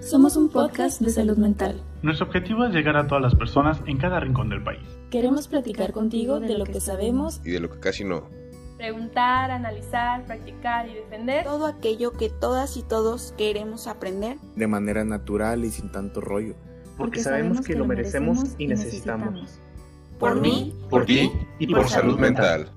Somos un podcast de salud mental. Nuestro objetivo es llegar a todas las personas en cada rincón del país. Queremos platicar contigo de lo que sabemos y de lo que casi no. Preguntar, analizar, practicar y defender todo aquello que todas y todos queremos aprender de manera natural y sin tanto rollo. Porque sabemos que lo merecemos y necesitamos. Por mí, por ti y por salud mental.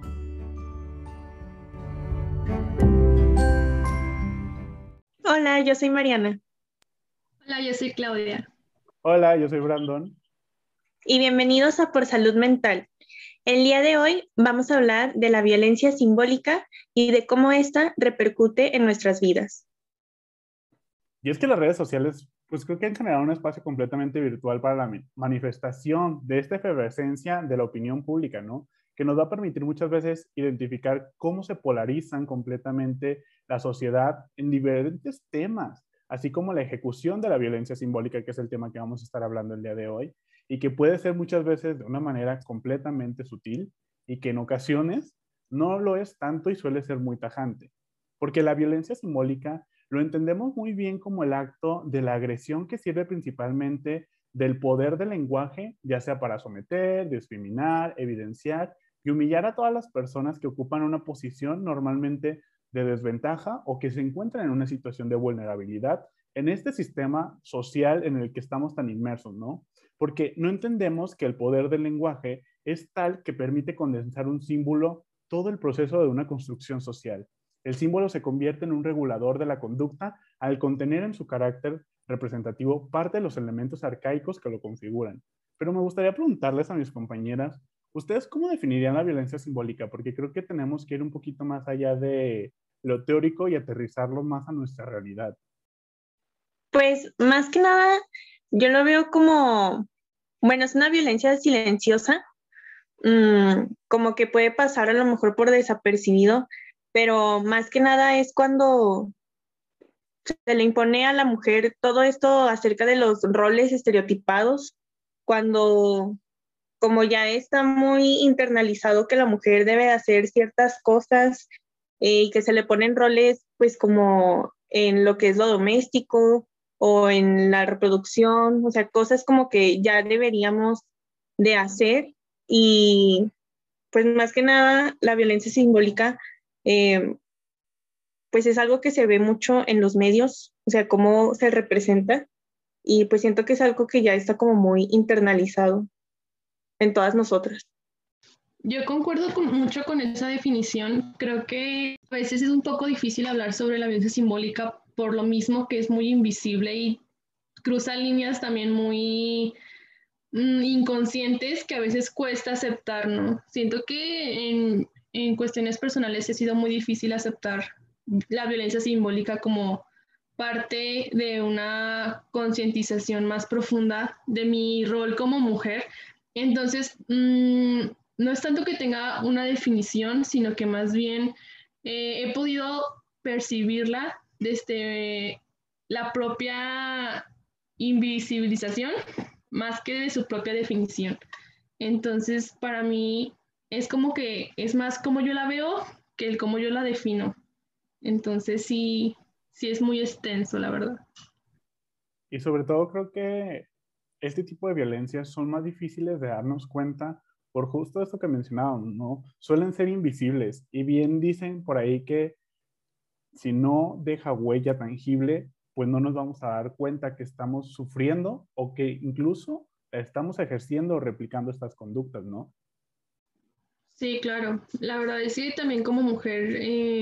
Hola, yo soy Mariana. Hola, yo soy Claudia. Hola, yo soy Brandon. Y bienvenidos a Por Salud Mental. El día de hoy vamos a hablar de la violencia simbólica y de cómo esta repercute en nuestras vidas. Y es que las redes sociales, pues creo que han generado un espacio completamente virtual para la manifestación de esta efervescencia de la opinión pública, ¿no? Que nos va a permitir muchas veces identificar cómo se polarizan completamente la sociedad en diferentes temas, así como la ejecución de la violencia simbólica, que es el tema que vamos a estar hablando el día de hoy, y que puede ser muchas veces de una manera completamente sutil y que en ocasiones no lo es tanto y suele ser muy tajante. Porque la violencia simbólica lo entendemos muy bien como el acto de la agresión que sirve principalmente del poder del lenguaje, ya sea para someter, discriminar, evidenciar y humillar a todas las personas que ocupan una posición normalmente de desventaja o que se encuentran en una situación de vulnerabilidad en este sistema social en el que estamos tan inmersos, ¿no? Porque no entendemos que el poder del lenguaje es tal que permite condensar un símbolo todo el proceso de una construcción social. El símbolo se convierte en un regulador de la conducta al contener en su carácter representativo parte de los elementos arcaicos que lo configuran. Pero me gustaría preguntarles a mis compañeras, ¿ustedes cómo definirían la violencia simbólica? Porque creo que tenemos que ir un poquito más allá de lo teórico y aterrizarlo más a nuestra realidad. Pues más que nada, yo lo veo como, bueno, es una violencia silenciosa, como que puede pasar a lo mejor por desapercibido, pero más que nada es cuando se le impone a la mujer todo esto acerca de los roles estereotipados, cuando como ya está muy internalizado que la mujer debe hacer ciertas cosas y que se le ponen roles pues como en lo que es lo doméstico o en la reproducción, o sea, cosas como que ya deberíamos de hacer y pues más que nada la violencia simbólica pues es algo que se ve mucho en los medios, o sea, cómo se representa y pues siento que es algo que ya está como muy internalizado en todas nosotras. Yo concuerdo mucho con esa definición. Creo que a veces es un poco difícil hablar sobre la violencia simbólica por lo mismo que es muy invisible y cruza líneas también muy inconscientes que a veces cuesta aceptar, ¿no? Siento que en cuestiones personales ha sido muy difícil aceptar la violencia simbólica como parte de una concientización más profunda de mi rol como mujer. Entonces, no es tanto que tenga una definición, sino que más bien he podido percibirla desde la propia invisibilización más que de su propia definición. Entonces, para mí es como que es más como yo la veo que el cómo yo la defino. Entonces, sí es muy extenso, la verdad. Y sobre todo creo que este tipo de violencias son más difíciles de darnos cuenta por justo esto que mencionábamos, ¿no? Suelen ser invisibles y bien dicen por ahí que si no deja huella tangible, pues no nos vamos a dar cuenta que estamos sufriendo o que incluso estamos ejerciendo o replicando estas conductas, ¿no? Sí, claro. La verdad es que también como mujer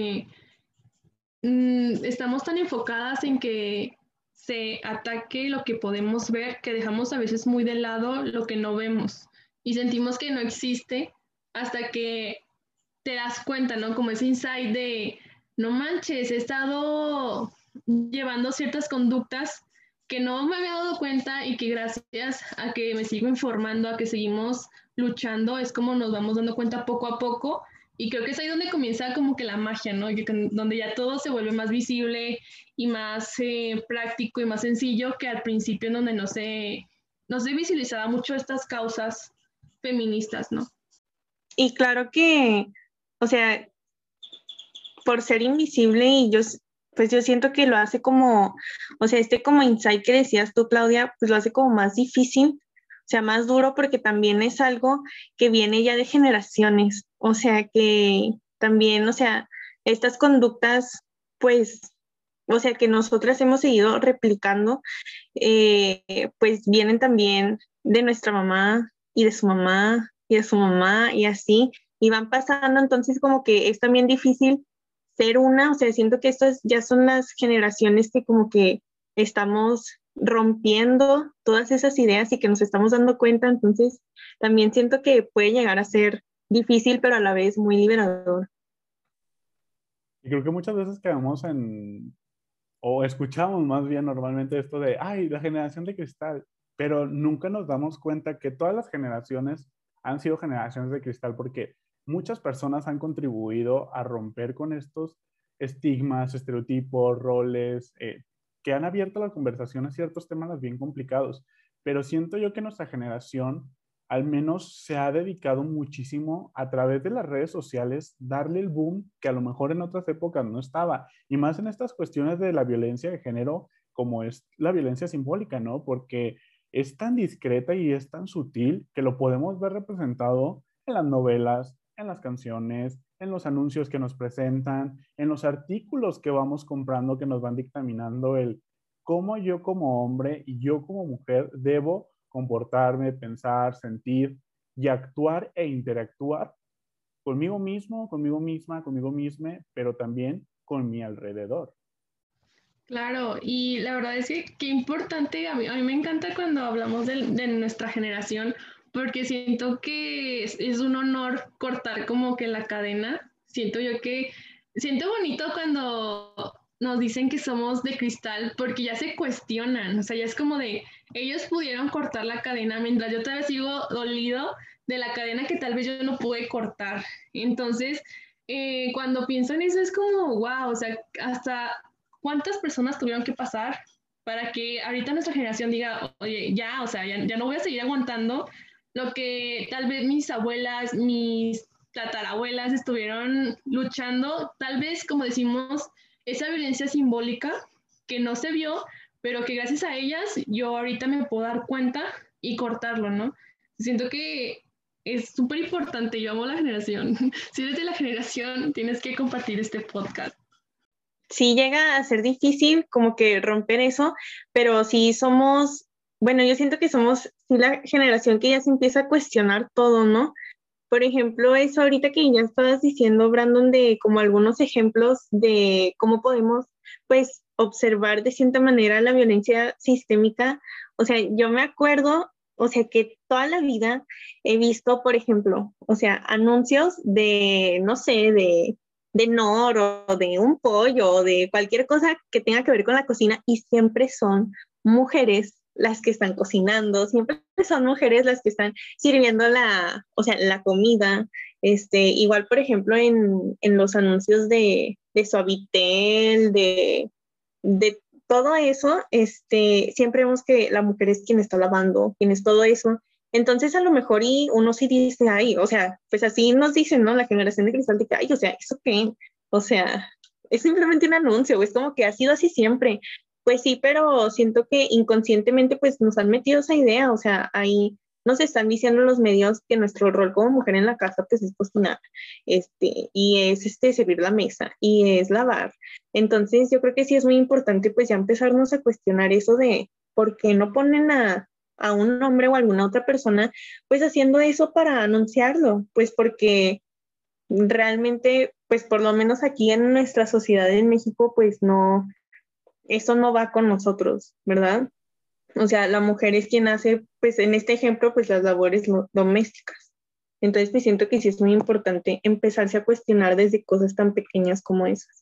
estamos tan enfocadas en que se ataque lo que podemos ver que dejamos a veces muy de lado lo que no vemos y sentimos que no existe hasta que te das cuenta, ¿no? Como ese insight de, no manches, he estado llevando ciertas conductas que no me había dado cuenta y que gracias a que me sigo informando, a que seguimos luchando, es como nos vamos dando cuenta poco a poco. Y creo que es ahí donde comienza como que la magia, ¿no? Donde ya todo se vuelve más visible y más práctico y más sencillo que al principio en donde no se visibilizaba mucho estas causas feministas, ¿no? Y claro que, o sea, por ser invisible y pues yo siento que lo hace como, o sea, como insight que decías tú, Claudia, pues lo hace como más difícil, o sea, más duro porque también es algo que viene ya de generaciones, o sea, que también, o sea, estas conductas, pues, o sea, que nosotras hemos seguido replicando, pues vienen también de nuestra mamá y de su mamá y de su mamá y así, y van pasando, entonces como que es también difícil ser una, o sea, siento que estas ya son las generaciones que como que estamos rompiendo todas esas ideas y que nos estamos dando cuenta, entonces también siento que puede llegar a ser difícil, pero a la vez muy liberador. Y creo que muchas veces quedamos o escuchamos más bien normalmente esto de, ay, la generación de cristal, pero nunca nos damos cuenta que todas las generaciones han sido generaciones de cristal porque muchas personas han contribuido a romper con estos estigmas, estereotipos, roles, que han abierto la conversación a ciertos temas bien complicados. Pero siento yo que nuestra generación al menos se ha dedicado muchísimo a través de las redes sociales darle el boom que a lo mejor en otras épocas no estaba. Y más en estas cuestiones de la violencia de género, como es la violencia simbólica, ¿no? Porque es tan discreta y es tan sutil que lo podemos ver representado en las novelas, en las canciones, en los anuncios que nos presentan, en los artículos que vamos comprando que nos van dictaminando el cómo yo como hombre y yo como mujer debo comportarme, pensar, sentir y actuar e interactuar conmigo mismo, conmigo misma, conmigo misma, pero también con mi alrededor. Claro, y la verdad es que qué importante, a mí me encanta cuando hablamos de nuestra generación, porque siento que es un honor cortar como que la cadena. Siento bonito cuando nos dicen que somos de cristal, porque ya se cuestionan, o sea, ya es como de, ellos pudieron cortar la cadena, mientras yo todavía sigo dolido de la cadena que tal vez yo no pude cortar. Entonces, cuando pienso en eso es como, wow, o sea, hasta cuántas personas tuvieron que pasar para que ahorita nuestra generación diga, oye, ya, o sea, ya no voy a seguir aguantando lo que tal vez mis abuelas, mis tatarabuelas estuvieron luchando, tal vez, como decimos, esa violencia simbólica que no se vio, pero que gracias a ellas yo ahorita me puedo dar cuenta y cortarlo, ¿no? Siento que es súper importante, yo amo la generación. Si eres de la generación, tienes que compartir este podcast. Sí llega a ser difícil como que romper eso, pero sí somos, bueno, yo siento que somos sí la generación que ya se empieza a cuestionar todo, ¿no? Por ejemplo, eso ahorita que ya estabas diciendo, Brandon, de como algunos ejemplos de cómo podemos, pues, observar de cierta manera la violencia sistémica. O sea, yo me acuerdo, o sea, que toda la vida he visto, por ejemplo, o sea, anuncios de, no sé, de Nor o de un pollo o de cualquier cosa que tenga que ver con la cocina y siempre son mujeres las que están cocinando, siempre son mujeres las que están sirviendo o sea, la comida. Igual, por ejemplo, en los anuncios de Suavitel, de todo eso, siempre vemos que la mujer es quien está lavando, quien es todo eso. Entonces, a lo mejor y uno sí dice, ay, o sea, pues así nos dicen, ¿no? La generación de cristal de que, ay, o sea, ¿eso qué? O sea, es simplemente un anuncio, es como que ha sido así siempre. Pues sí, pero siento que inconscientemente pues nos han metido esa idea, o sea, ahí nos están diciendo los medios que nuestro rol como mujer en la casa pues es cocinar, y es servir la mesa, y es lavar. Entonces yo creo que sí es muy importante pues ya empezarnos a cuestionar eso de por qué no ponen a un hombre o alguna otra persona pues haciendo eso para anunciarlo, pues porque realmente pues por lo menos aquí en nuestra sociedad en México pues no, eso no va con nosotros, ¿verdad? O sea, la mujer es quien hace, pues en este ejemplo, pues las labores domésticas. Entonces, pues siento que sí es muy importante empezarse a cuestionar desde cosas tan pequeñas como esas.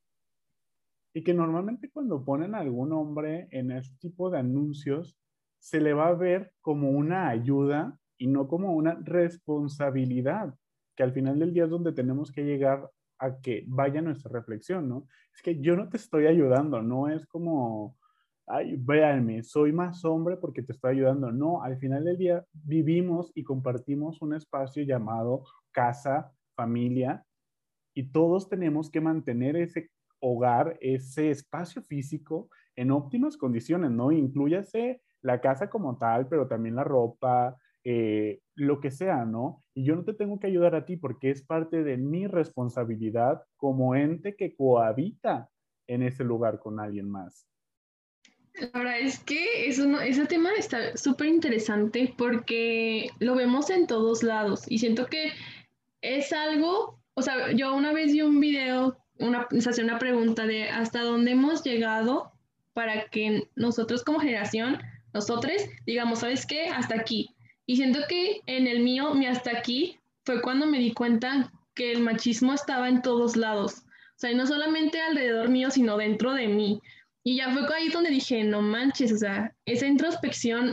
Y que normalmente cuando ponen a algún hombre en este tipo de anuncios, se le va a ver como una ayuda y no como una responsabilidad, que al final del día es donde tenemos que llegar a que vaya nuestra reflexión, ¿no? Es que yo no te estoy ayudando, no es como, ay, véanme, soy más hombre porque te estoy ayudando. No, al final del día vivimos y compartimos un espacio llamado casa, familia, y todos tenemos que mantener ese hogar, ese espacio físico en óptimas condiciones, ¿no? Inclúyase la casa como tal, pero también la ropa, lo que sea, ¿no? Y yo no te tengo que ayudar a ti porque es parte de mi responsabilidad como ente que cohabita en ese lugar con alguien más. La verdad es que ese tema está súper interesante porque lo vemos en todos lados y siento que es algo, o sea, yo una vez vi un video, se hacía una pregunta de hasta dónde hemos llegado para que nosotros como generación, nosotros, digamos, ¿sabes qué? Hasta aquí. Y siento que en el mío, mi hasta aquí, fue cuando me di cuenta que el machismo estaba en todos lados. O sea, y no solamente alrededor mío, sino dentro de mí. Y ya fue ahí donde dije, no manches, o sea, esa introspección,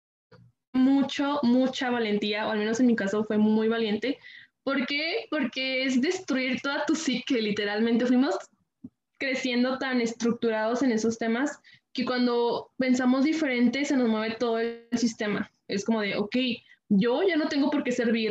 mucha valentía, o al menos en mi caso fue muy valiente. ¿Por qué? Porque es destruir toda tu psique, literalmente. Fuimos creciendo tan estructurados en esos temas que cuando pensamos diferente se nos mueve todo el sistema. Es como de, ok, yo ya no tengo por qué servir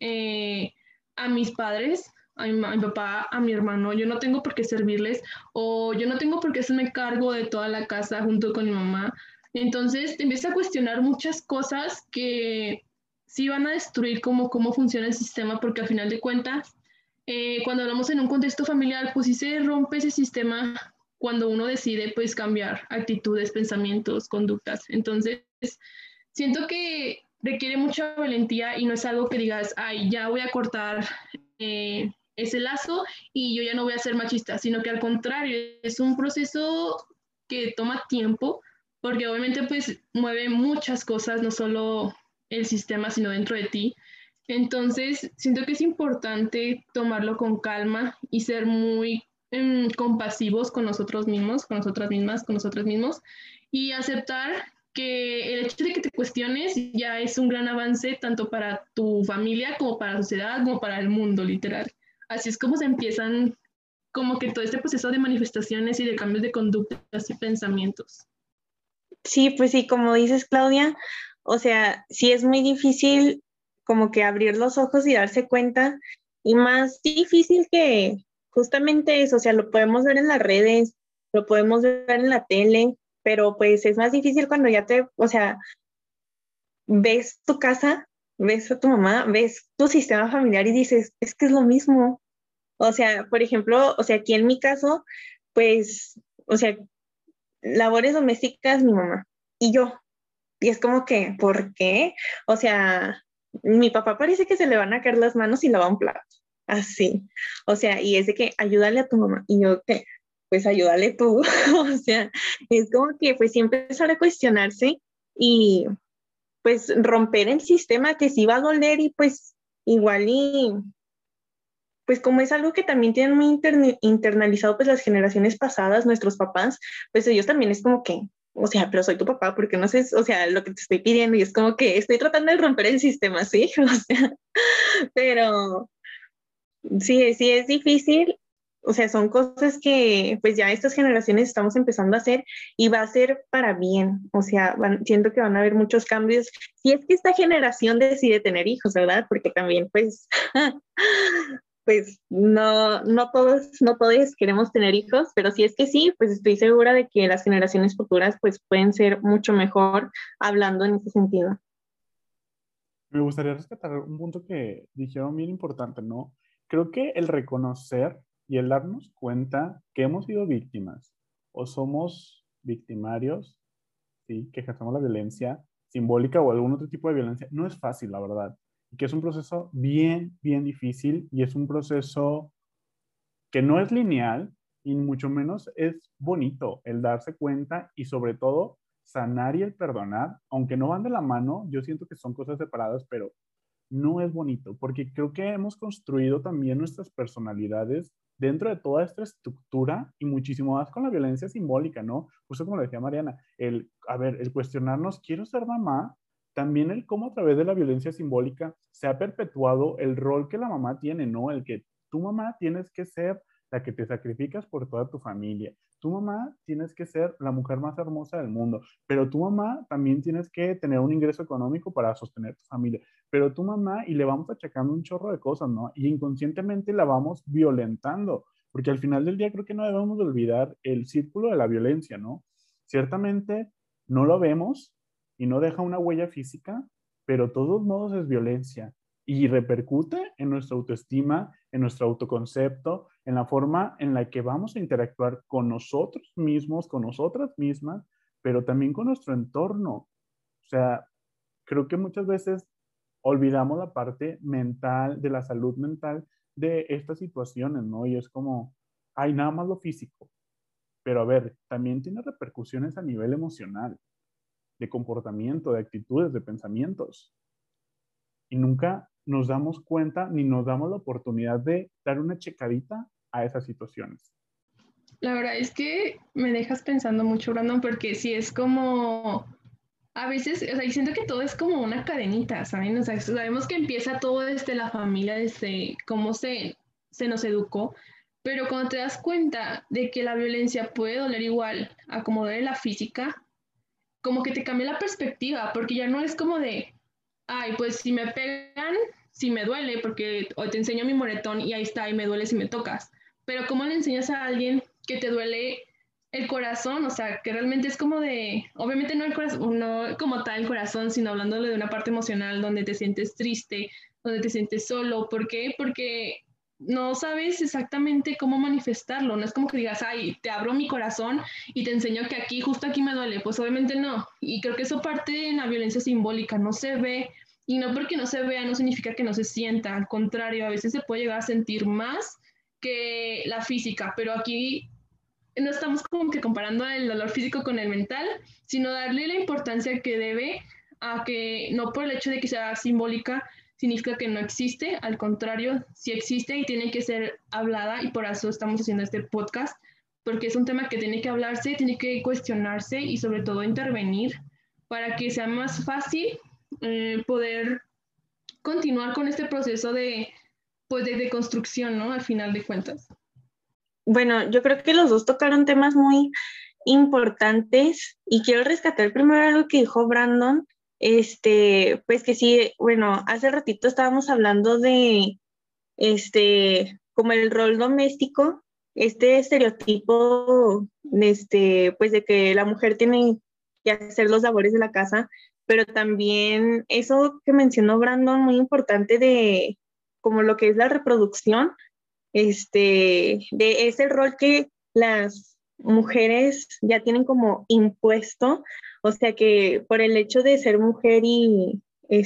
a mis padres, a mi papá, a mi hermano, yo no tengo por qué servirles o yo no tengo por qué hacerme cargo de toda la casa junto con mi mamá. Entonces te empiezas a cuestionar muchas cosas que sí van a destruir cómo funciona el sistema porque al final de cuentas cuando hablamos en un contexto familiar, pues sí se rompe ese sistema cuando uno decide pues cambiar actitudes, pensamientos, conductas. Entonces, siento que requiere mucha valentía y no es algo que digas, ay, ya voy a cortar ese lazo y yo ya no voy a ser machista, sino que al contrario, es un proceso que toma tiempo porque obviamente pues mueve muchas cosas, no solo el sistema, sino dentro de ti. Entonces, siento que es importante tomarlo con calma y ser muy compasivos con nosotros mismos, con nosotras mismas, con nosotros mismos, y aceptar que el hecho de que te cuestiones ya es un gran avance tanto para tu familia como para la sociedad, como para el mundo, literal. Así es como se empiezan como que todo este proceso de manifestaciones y de cambios de conductas y pensamientos. Sí, pues sí, como dices, Claudia, o sea, sí es muy difícil como que abrir los ojos y darse cuenta, y más difícil que justamente eso, o sea, lo podemos ver en las redes, lo podemos ver en la tele, pero pues es más difícil cuando ya o sea, ves tu casa, ves a tu mamá, ves tu sistema familiar y dices, es que es lo mismo. O sea, por ejemplo, o sea, aquí en mi caso, pues, o sea, labores domésticas, mi mamá y yo. Y es como que, ¿por qué? O sea, mi papá parece que se le van a caer las manos y lava un plato. Así. O sea, y es de que ayúdale a tu mamá. Y yo, ¿qué? Pues ayúdale tú. O sea, es como que pues siempre empezar a cuestionarse y pues romper el sistema que sí va a doler y pues igual y pues como es algo que también tienen muy internalizado pues las generaciones pasadas, nuestros papás, pues ellos también es como que, o sea, pero soy tu papá porque no sé, o sea, lo que te estoy pidiendo y es como que estoy tratando de romper el sistema, ¿sí? O sea, pero sí es difícil, o sea, son cosas que pues ya estas generaciones estamos empezando a hacer y va a ser para bien, o sea, siento que van a haber muchos cambios, si es que esta generación decide tener hijos, ¿verdad? Porque también pues... pues no todos queremos tener hijos, pero si es que sí, pues estoy segura de que las generaciones futuras pues pueden ser mucho mejor hablando en ese sentido. Me gustaría rescatar un punto que dijeron bien importante, ¿no? Creo que el reconocer y el darnos cuenta que hemos sido víctimas o somos victimarios, ¿sí? Que ejercemos la violencia simbólica o algún otro tipo de violencia, no es fácil, la verdad. Y que es un proceso bien difícil y es un proceso que no es lineal y mucho menos es bonito el darse cuenta y sobre todo sanar y el perdonar, aunque no van de la mano, yo siento que son cosas separadas, pero no es bonito, porque creo que hemos construido también nuestras personalidades dentro de toda esta estructura y muchísimo más con la violencia simbólica, ¿no? Justo como lo decía Mariana, el cuestionarnos, quiero ser mamá, también el cómo a través de la violencia simbólica se ha perpetuado el rol que la mamá tiene, ¿no? El que tu mamá tienes que ser la que te sacrificas por toda tu familia. Tu mamá tienes que ser la mujer más hermosa del mundo, pero tu mamá también tienes que tener un ingreso económico para sostener tu familia. Pero tu mamá, y le vamos achacando un chorro de cosas, ¿no? Y inconscientemente la vamos violentando, porque al final del día creo que no debemos de olvidar el círculo de la violencia, ¿no? Ciertamente no lo vemos y no deja una huella física, pero de todos modos es violencia y repercute en nuestra autoestima, en nuestro autoconcepto, en la forma en la que vamos a interactuar con nosotros mismos, con nosotras mismas, pero también con nuestro entorno. O sea, creo que muchas veces olvidamos la parte mental, de la salud mental de estas situaciones, ¿no? Y es como, hay nada más lo físico, pero a ver, también tiene repercusiones a nivel emocional, de comportamiento, de actitudes, de pensamientos. Y nunca nos damos cuenta ni nos damos la oportunidad de dar una checadita a esas situaciones. La verdad es que me dejas pensando mucho, Brandon, porque sí es como, a veces, o sea, y siento que todo es como una cadenita, ¿saben? O sea, sabemos que empieza todo desde la familia, desde cómo se nos educó, pero cuando te das cuenta de que la violencia puede doler igual a como duele la física, como que te cambia la perspectiva, porque ya no es como de, ay, pues si me pegan, si me duele, porque o te enseño mi moretón y ahí está, y me duele si me tocas. Pero ¿cómo le enseñas a alguien que te duele el corazón? O sea, que realmente es como de, obviamente no el corazón, no como tal el corazón, sino hablándole de una parte emocional donde te sientes triste, donde te sientes solo. ¿Por qué? Porque no sabes exactamente cómo manifestarlo. No es como que digas, ay, te abro mi corazón y te enseño que aquí, justo aquí me duele. Pues obviamente no. Y creo que eso parte en la violencia simbólica. No se ve. Y no porque no se vea no significa que no se sienta. Al contrario, a veces se puede llegar a sentir más que la física. Pero aquí no estamos como que comparando el dolor físico con el mental, sino darle la importancia que debe a que no por el hecho de que sea simbólica significa que no existe, al contrario, sí existe y tiene que ser hablada y por eso estamos haciendo este podcast, porque es un tema que tiene que hablarse, tiene que cuestionarse y sobre todo intervenir para que sea más fácil poder continuar con este proceso de, pues, de construcción, ¿no? Al final de cuentas. Bueno, yo creo que los dos tocaron temas muy importantes y quiero rescatar primero algo que dijo Brandon, pues que sí, bueno, hace ratito estábamos hablando de, como el rol doméstico, este estereotipo, pues de que la mujer tiene que hacer los labores de la casa, pero también eso que mencionó Brandon, muy importante de como lo que es la reproducción, es el rol que las mujeres ya tienen como impuesto, o sea que por el hecho de ser mujer y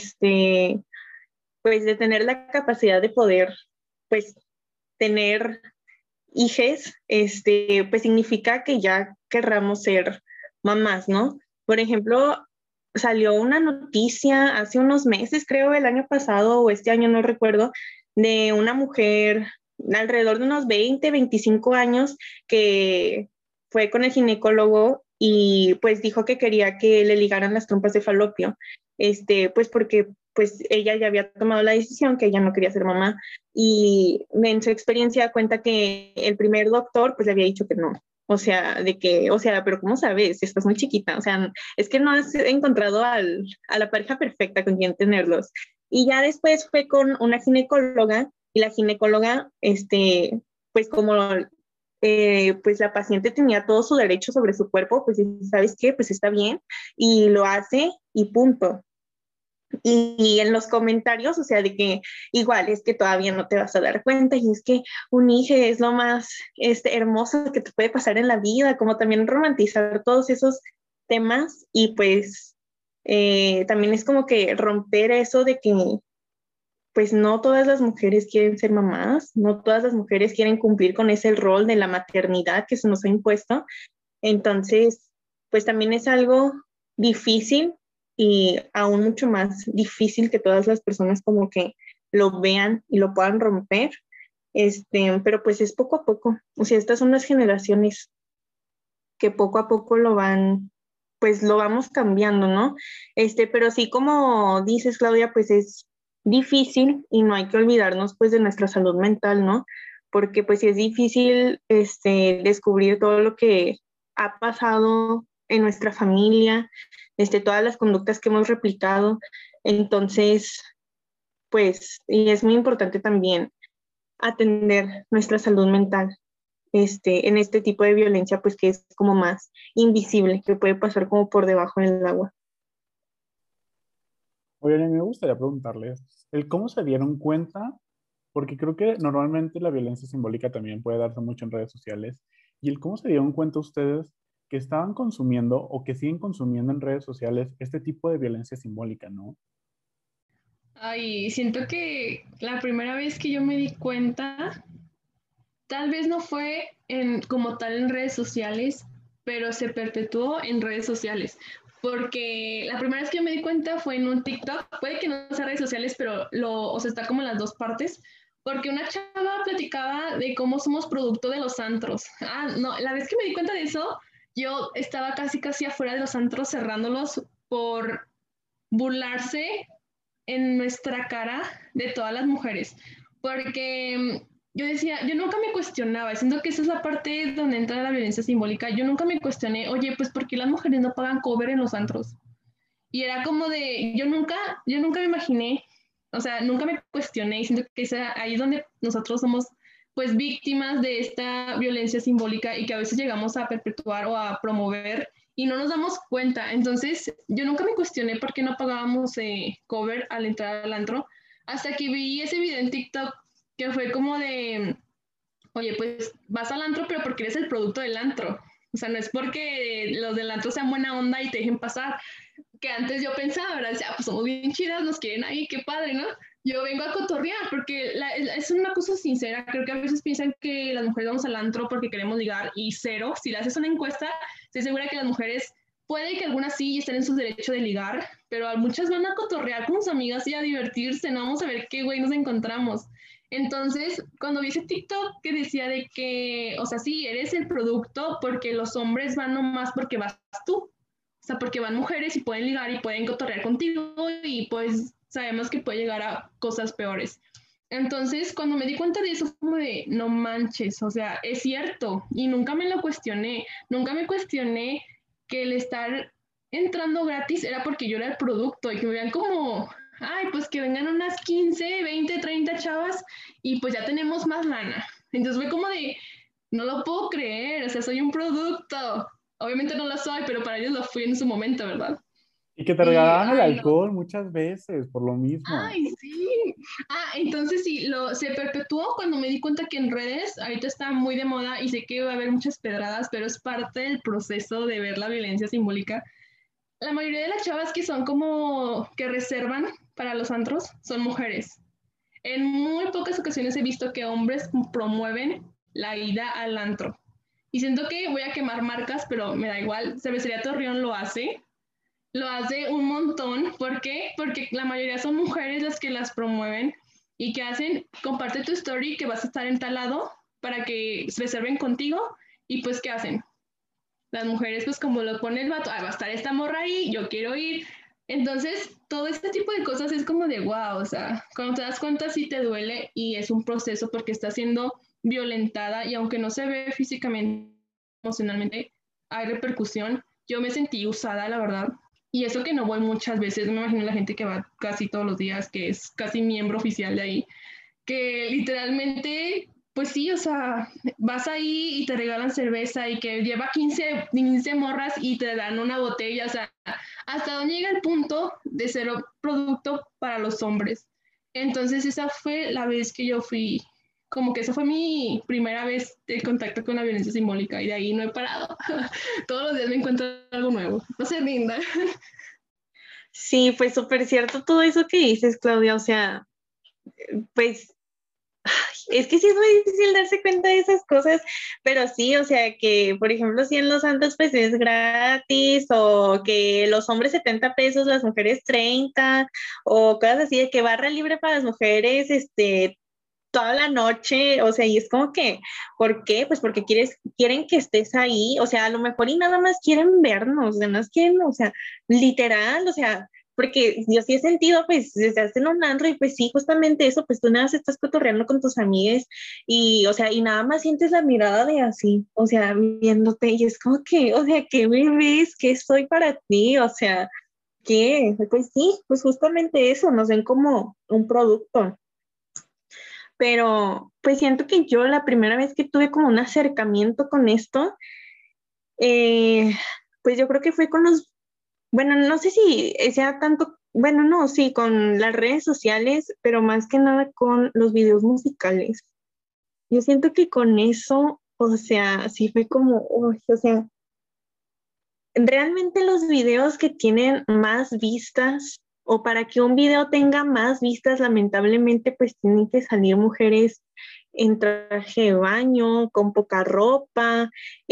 pues de tener la capacidad de poder pues tener hijes, pues significa que ya querramos ser mamás, ¿no? Por ejemplo, salió una noticia hace unos meses, creo el año pasado o este año, no recuerdo, de una mujer alrededor de unos 20, 25 años que fue con el ginecólogo y pues dijo que quería que le ligaran las trompas de falopio, pues porque pues ella ya había tomado la decisión que ella no quería ser mamá y en su experiencia cuenta que el primer doctor pues le había dicho que no. O sea, pero ¿cómo sabes? Estás muy chiquita. O sea, es que no has encontrado a la pareja perfecta con quien tenerlos. Y ya después fue con una ginecóloga y la ginecóloga, pues como pues la paciente tenía todo su derecho sobre su cuerpo, pues ¿sabes qué? Pues está bien y lo hace y punto. Y en los comentarios, o sea, de que igual es que todavía no te vas a dar cuenta y es que un hijo es lo más hermoso que te puede pasar en la vida, como también romantizar todos esos temas y pues también es como que romper eso de que pues no todas las mujeres quieren ser mamás, no todas las mujeres quieren cumplir con ese rol de la maternidad que se nos ha impuesto. Entonces, pues también es algo difícil y aún mucho más difícil que todas las personas como que lo vean y lo puedan romper. Pero pues es poco a poco. O sea, estas son las generaciones que poco a poco lo vamos cambiando, ¿no? Pero sí, como dices, Claudia, pues es difícil y no hay que olvidarnos pues de nuestra salud mental, ¿no? Porque pues sí es difícil descubrir todo lo que ha pasado en nuestra familia, todas las conductas que hemos replicado. Entonces, pues, y es muy importante también atender nuestra salud mental. en este tipo de violencia, pues que es como más invisible, que puede pasar como por debajo del agua. Oigan, me gustaría preguntarles, el cómo se dieron cuenta, porque creo que normalmente la violencia simbólica también puede darse mucho en redes sociales, y el cómo se dieron cuenta ustedes que estaban consumiendo o que siguen consumiendo en redes sociales este tipo de violencia simbólica, ¿no? Ay, siento que la primera vez que yo me di cuenta, tal vez no fue como tal en redes sociales, pero se perpetuó en redes sociales. Porque la primera vez que yo me di cuenta fue en un TikTok, puede que no sea redes sociales, pero o sea, está como en las dos partes, porque una chava platicaba de cómo somos producto de los antros. Ah, no, la vez que me di cuenta de eso, yo estaba casi afuera de los antros cerrándolos por burlarse en nuestra cara de todas las mujeres, porque yo decía, yo nunca me cuestionaba, siento que esa es la parte donde entra la violencia simbólica, yo nunca me cuestioné, oye, pues ¿por qué las mujeres no pagan cover en los antros? Y era como de, yo nunca me imaginé, o sea, nunca me cuestioné y siento que ahí es donde nosotros somos pues víctimas de esta violencia simbólica y que a veces llegamos a perpetuar o a promover y no nos damos cuenta. Entonces, yo nunca me cuestioné por qué no pagábamos cover al entrar al antro, hasta que vi ese video en TikTok que fue como de, oye, pues vas al antro, pero porque eres el producto del antro. O sea, no es porque los del antro sean buena onda y te dejen pasar, que antes yo pensaba, ¿verdad? Decía, pues somos bien chidas, nos quieren ahí, qué padre, ¿no? Yo vengo a cotorrear porque es una cosa sincera. Creo que a veces piensan que las mujeres vamos al antro porque queremos ligar y cero. Si le haces una encuesta, estoy segura que las mujeres, puede que algunas sí estén en su derecho de ligar, pero muchas van a cotorrear con sus amigas y a divertirse, ¿no? Vamos a ver qué güey nos encontramos. Entonces, cuando vi ese TikTok que decía de que, o sea, sí, eres el producto porque los hombres van nomás porque vas tú. O sea, porque van mujeres y pueden ligar y pueden cotorrear contigo y pues sabemos que puede llegar a cosas peores. Entonces, cuando me di cuenta de eso, como de, no manches, o sea, es cierto, y nunca me lo cuestioné, nunca me cuestioné que el estar entrando gratis era porque yo era el producto y que me vean como, ay, pues que vengan unas 15, 20, 30 chavas y pues ya tenemos más lana. Entonces fue como de, no lo puedo creer, o sea, soy un producto. Obviamente no lo soy, pero para ellos lo fui en su momento, ¿verdad? Y que te Y, regalaban el ay, no. alcohol muchas veces, por lo mismo. Ay, sí. Ah, entonces sí, se perpetuó cuando me di cuenta que en redes ahorita está muy de moda y sé que va a haber muchas pedradas, pero es parte del proceso de ver la violencia simbólica. La mayoría de las chavas que son como que reservan para los antros son mujeres. En muy pocas ocasiones he visto que hombres promueven la ida al antro. Y siento que voy a quemar marcas, pero me da igual. Cervecería Torreón lo hace un montón. ¿Por qué? Porque la mayoría son mujeres las que las promueven y que hacen, comparte tu story que vas a estar en tal lado para que se reserven contigo y pues ¿qué hacen? Las mujeres pues como lo pone el vato, ah, va a estar esta morra ahí, yo quiero ir. Entonces, todo este tipo de cosas es como de wow, o sea, cuando te das cuenta sí te duele y es un proceso porque está siendo violentada y aunque no se ve físicamente, emocionalmente, hay repercusión. Yo me sentí usada, la verdad. Y eso que no voy muchas veces, me imagino la gente que va casi todos los días, que es casi miembro oficial de ahí, que literalmente, pues sí, o sea, vas ahí y te regalan cerveza y que lleva 15 morras y te dan una botella, o sea, hasta dónde llega el punto de ser un producto para los hombres. Entonces esa fue la vez que yo fui, como que esa fue mi primera vez de contacto con la violencia simbólica y de ahí no he parado. Todos los días me encuentro algo nuevo. No se rinda. Sí, pues súper cierto todo eso que dices, Claudia, o sea, pues es que sí es muy difícil darse cuenta de esas cosas, pero sí, o sea, que por ejemplo, si en los santos pues es gratis o que los hombres 70 pesos, las mujeres 30 o cosas así de que barra libre para las mujeres, toda la noche, o sea, y es como que, ¿por qué? Pues porque quieren que estés ahí, o sea, a lo mejor y nada más quieren vernos, además quieren, o sea, literal, o sea, porque yo sí he sentido, pues, estás en un antro y pues sí, justamente eso, pues tú nada más estás cotorreando con tus amigas y, o sea, y nada más sientes la mirada de así, o sea, viéndote y es como que, o sea, ¿qué me ves? ¿Qué soy para ti? O sea, ¿qué? Pues sí, pues justamente eso, nos ven como un producto. pero pues siento que yo la primera vez que tuve como un acercamiento con esto, pues yo creo que fue con bueno, no sé si sea tanto, bueno, no, sí, con las redes sociales, pero más que nada con los videos musicales. Yo siento que con eso, o sea, sí fue como, uy, o sea, realmente los videos que tienen más vistas, o para que un video tenga más vistas, lamentablemente, pues tienen que salir mujeres en traje de baño, con poca ropa,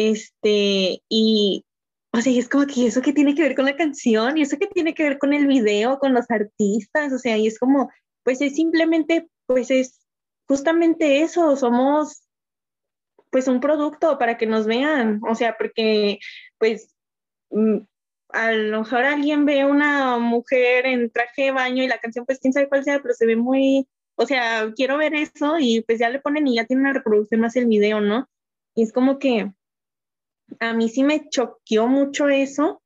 y, o sea, y es como que eso que tiene que ver con la canción, y eso que tiene que ver con el video, con los artistas, o sea, y es como, pues es simplemente, pues es justamente eso, somos pues un producto para que nos vean, o sea, porque pues mm, a lo mejor alguien ve una mujer en traje de baño y la canción pues quién sabe cuál sea, pero se ve muy, o sea, quiero ver eso y pues ya le ponen y ya tiene una reproducción más el video, ¿no? Y es como que a mí sí me choqueó mucho eso,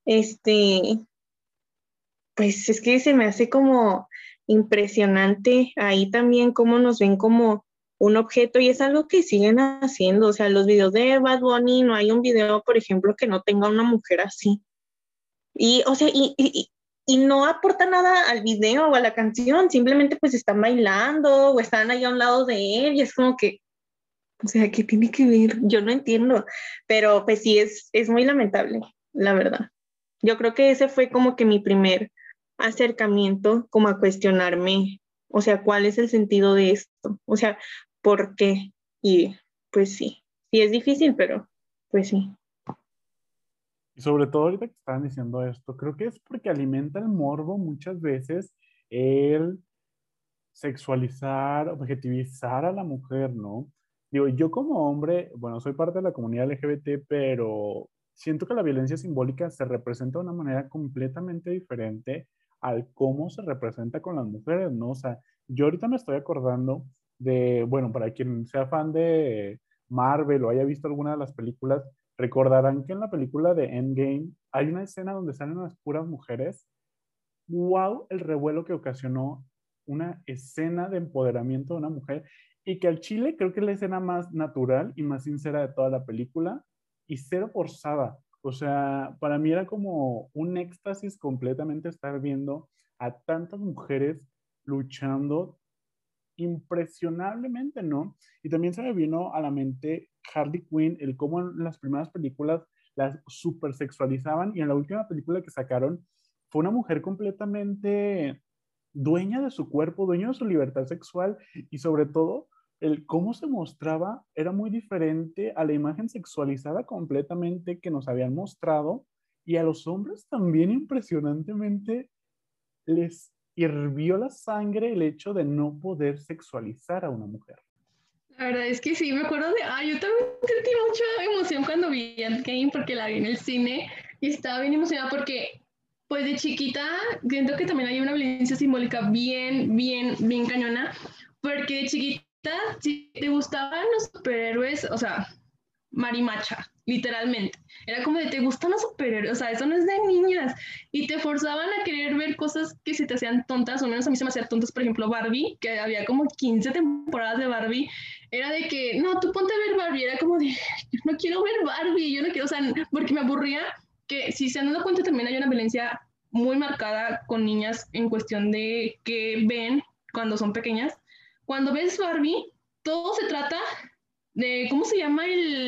pues es que se me hace como impresionante ahí también cómo nos ven como un objeto y es algo que siguen haciendo, o sea, los videos de Bad Bunny, no hay un video, por ejemplo, que no tenga una mujer así. Y, o sea, y no aporta nada al video o a la canción, simplemente pues están bailando o están ahí a un lado de él y es como que, o sea, ¿qué tiene que ver? Yo no entiendo, pero pues sí, es muy lamentable, la verdad. Yo creo que ese fue como que mi primer acercamiento como a cuestionarme, o sea, ¿cuál es el sentido de esto? O sea, ¿por qué? Y pues sí es difícil, pero pues sí. Y sobre todo ahorita que estaban diciendo esto, creo que es porque alimenta el morbo muchas veces el sexualizar, objetivizar a la mujer, ¿no? Digo, yo como hombre, bueno, soy parte de la comunidad LGBT, pero siento que la violencia simbólica se representa de una manera completamente diferente al cómo se representa con las mujeres, ¿no? O sea, yo ahorita me estoy acordando de, bueno, para quien sea fan de Marvel o haya visto alguna de las películas, recordarán que en la película de Endgame hay una escena donde salen unas puras mujeres. ¡Wow! El revuelo que ocasionó una escena de empoderamiento de una mujer y que al chile creo que es la escena más natural y más sincera de toda la película y cero forzada. O sea, para mí era como un éxtasis completamente estar viendo a tantas mujeres luchando impresionablemente, ¿no? Y también se me vino a la mente Harley Quinn, el cómo en las primeras películas las super sexualizaban y en la última película que sacaron fue una mujer completamente dueña de su cuerpo, dueña de su libertad sexual y sobre todo el cómo se mostraba era muy diferente a la imagen sexualizada completamente que nos habían mostrado y a los hombres también impresionantemente les hirvió la sangre el hecho de no poder sexualizar a una mujer. La verdad es que sí, me acuerdo yo también sentí mucha emoción cuando vi Endgame porque la vi en el cine y estaba bien emocionada porque pues de chiquita siento que también hay una violencia simbólica bien cañona, porque de chiquita si te gustaban los superhéroes, o sea, marimacha, literalmente. Era como de, ¿te gustan los superhéroes? O sea, eso no es de niñas. Y te forzaban a querer ver cosas que se te hacían tontas, o menos a mí se me hacían tontas, por ejemplo, Barbie, que había como 15 temporadas de Barbie. Era de que, no, tú ponte a ver Barbie. Era como de, yo no quiero ver Barbie, yo no quiero, o sea, porque me aburría que, si se han dado cuenta, también hay una violencia muy marcada con niñas en cuestión de que ven cuando son pequeñas. Cuando ves Barbie, todo se trata de, ¿cómo se llama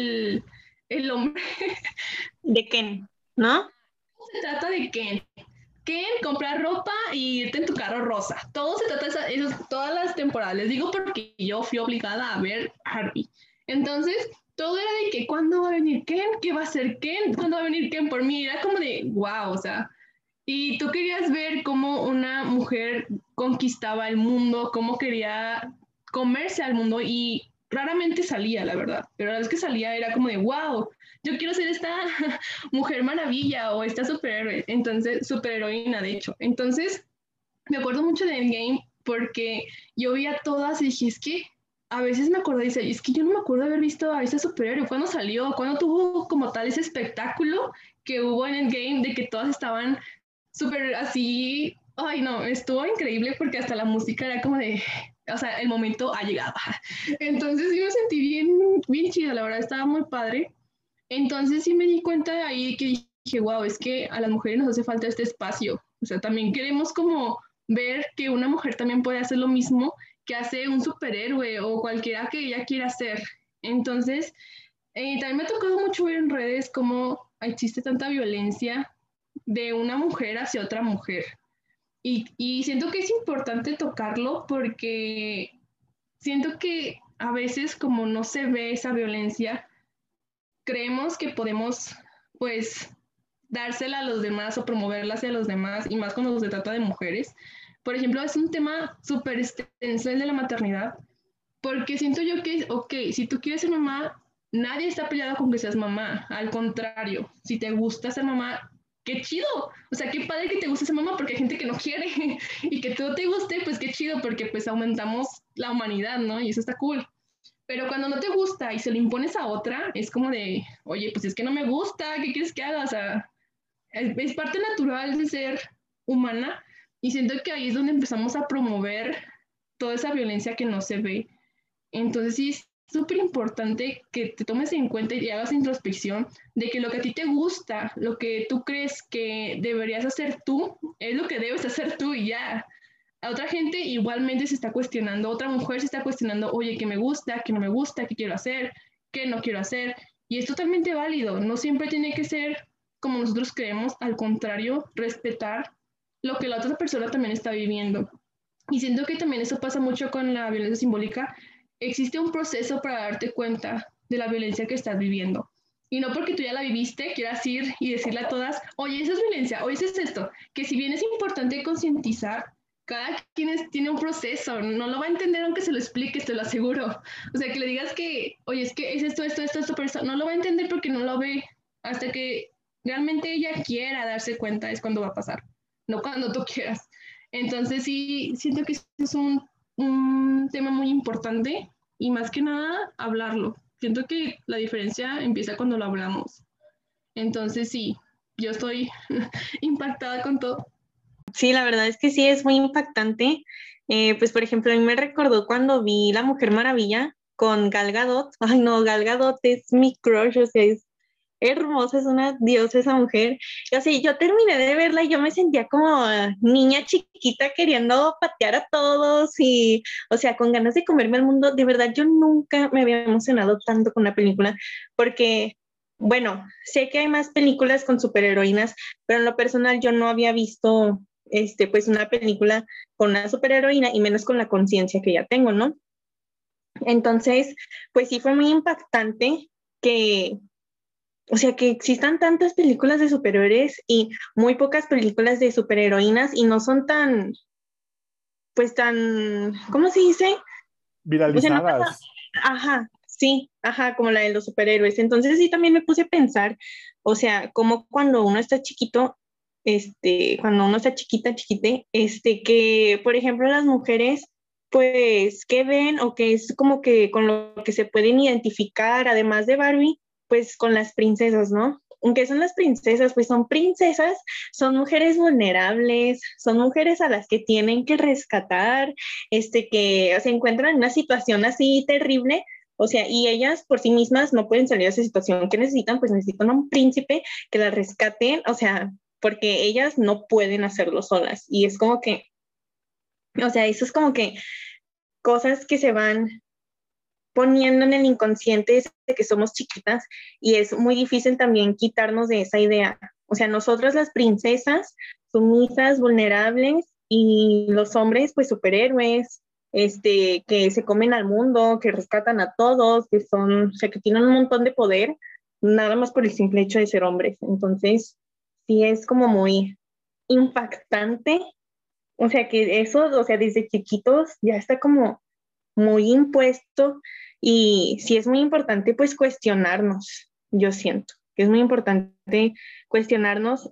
el hombre? De Ken, ¿no? Se trata de Ken. Ken, comprar ropa y irte en tu carro rosa. Todo se trata de eso, todas las temporadas. Les digo porque yo fui obligada a ver Barbie. Entonces, todo era de que, ¿cuándo va a venir Ken? ¿Qué va a hacer Ken? ¿Cuándo va a venir Ken por mí? Era como de, wow, o sea. Y tú querías ver cómo una mujer conquistaba el mundo, cómo quería comerse al mundo y raramente salía, la verdad. Pero la vez que salía era como de, wow, yo quiero ser esta mujer maravilla o esta superhéroe, entonces, superheroína, de hecho. Entonces, me acuerdo mucho de Endgame porque yo vi a todas y dije, es que a veces me acuerdo y dice, es que yo no me acuerdo de haber visto a esta superhéroe, cuándo salió, cuándo tuvo como tal ese espectáculo que hubo en Endgame de que todas estaban súper así, ay no, estuvo increíble porque hasta la música era como de, o sea, el momento ha llegado. Entonces sí me sentí bien chida, la verdad, estaba muy padre. Entonces sí me di cuenta de ahí que dije, wow, es que a las mujeres nos hace falta este espacio. O sea, también queremos como ver que una mujer también puede hacer lo mismo que hace un superhéroe o cualquiera que ella quiera hacer. Entonces, también me ha tocado mucho ver en redes cómo existe tanta violencia de una mujer hacia otra mujer. Y siento que es importante tocarlo porque siento que a veces como no se ve esa violencia, creemos que podemos pues dársela a los demás o promoverla hacia los demás y más cuando se trata de mujeres. Por ejemplo, es un tema súper extenso el de la maternidad porque siento yo que, ok, si tú quieres ser mamá, nadie está peleado con que seas mamá. Al contrario, si te gusta ser mamá, qué chido. O sea, qué padre que te guste ser mamá porque hay gente que no quiere. Y que todo te guste, pues qué chido porque pues aumentamos la humanidad, ¿no? Y eso está cool. Pero cuando no te gusta y se lo impones a otra, es como de, oye, pues es que no me gusta, ¿qué quieres que haga? O sea, es parte natural de ser humana y siento que ahí es donde empezamos a promover toda esa violencia que no se ve. Entonces sí es súper importante que te tomes en cuenta y hagas introspección de que lo que a ti te gusta, lo que tú crees que deberías hacer tú, es lo que debes hacer tú y ya. A otra gente igualmente se está cuestionando, otra mujer se está cuestionando, oye, ¿qué me gusta, qué no me gusta, qué quiero hacer, qué no quiero hacer? Y es totalmente válido, no siempre tiene que ser como nosotros creemos, al contrario, respetar lo que la otra persona también está viviendo. Y siento que también eso pasa mucho con la violencia simbólica. Existe un proceso para darte cuenta de la violencia que estás viviendo. Y no porque tú ya la viviste, quieras ir y decirle a todas, oye, eso es violencia, oye, eso es esto. Que si bien es importante concientizar, cada quien tiene un proceso, no lo va a entender aunque se lo expliques, te lo aseguro. O sea, que le digas que, oye, es que es esto, pero esto, no lo va a entender porque no lo ve. Hasta que realmente ella quiera darse cuenta es cuando va a pasar, no cuando tú quieras. Entonces sí, siento que es un tema muy importante y más que nada hablarlo. Siento que la diferencia empieza cuando lo hablamos. Entonces sí, yo estoy impactada con todo. Sí, la verdad es que sí, es muy impactante. Pues, por ejemplo, a mí me recordó cuando vi La Mujer Maravilla con Gal Gadot. Ay, no, Gal Gadot es mi crush, o sea, es hermosa, es una diosa esa mujer. O sea, yo terminé de verla y yo me sentía como niña chiquita queriendo patear a todos y, o sea, con ganas de comerme el mundo. De verdad, yo nunca me había emocionado tanto con una película porque, bueno, sé que hay más películas con superheroínas, pero en lo personal yo no había visto, pues una película con una superheroína y menos con la conciencia que ya tengo, ¿no? Entonces, pues sí fue muy impactante que, o sea, que existan tantas películas de superhéroes y muy pocas películas de superheroínas y no son tan, pues tan, ¿cómo se dice? Viralizadas. O sea, ajá, sí, ajá, como la de los superhéroes. Entonces sí también me puse a pensar, o sea, como cuando uno está chiquito, cuando uno está chiquite, que, por ejemplo, las mujeres, pues, ¿qué ven? O que es como que con lo que se pueden identificar, además de Barbie, pues con las princesas, ¿no? ¿Qué son las princesas? Pues son princesas, son mujeres vulnerables, son mujeres a las que tienen que rescatar, que se encuentran en una situación así terrible, o sea, y ellas por sí mismas no pueden salir de esa situación. ¿Qué necesitan? Pues necesitan a un príncipe que las rescate, o sea, porque ellas no pueden hacerlo solas. Y es como que, o sea, eso es como que cosas que se van poniendo en el inconsciente de que somos chiquitas y es muy difícil también quitarnos de esa idea. O sea, nosotras las princesas, sumisas, vulnerables y los hombres, pues superhéroes, que se comen al mundo, que rescatan a todos, que son, o sea, que tienen un montón de poder, nada más por el simple hecho de ser hombres. Entonces, sí es como muy impactante. O sea, que eso, o sea, desde chiquitos ya está como muy impuesto y sí es muy importante pues cuestionarnos, yo siento que es muy importante cuestionarnos,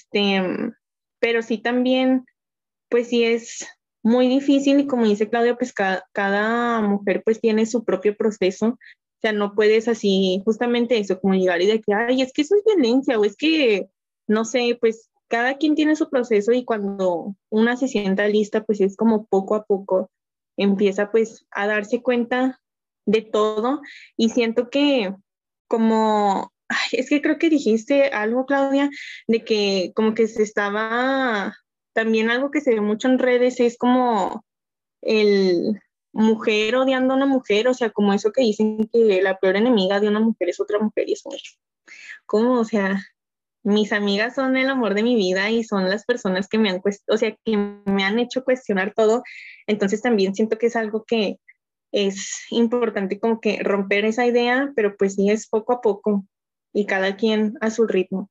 pero sí también pues sí es muy difícil y como dice Claudia, pues cada mujer pues tiene su propio proceso, o sea, no puedes así justamente eso, como llegar y de que, ay, es que eso es violencia o es que, no sé, pues cada quien tiene su proceso y cuando una se sienta lista pues es como poco a poco empieza pues a darse cuenta de todo y siento que como, es que creo que dijiste algo, Claudia, de que como que se estaba, también algo que se ve mucho en redes es como el mujer odiando a una mujer, o sea, como eso que dicen que la peor enemiga de una mujer es otra mujer y eso, como, o sea, mis amigas son el amor de mi vida y son las personas que me han, o sea, que me han hecho cuestionar todo, entonces también siento que es algo que es importante como que romper esa idea, pero pues sí es poco a poco y cada quien a su ritmo.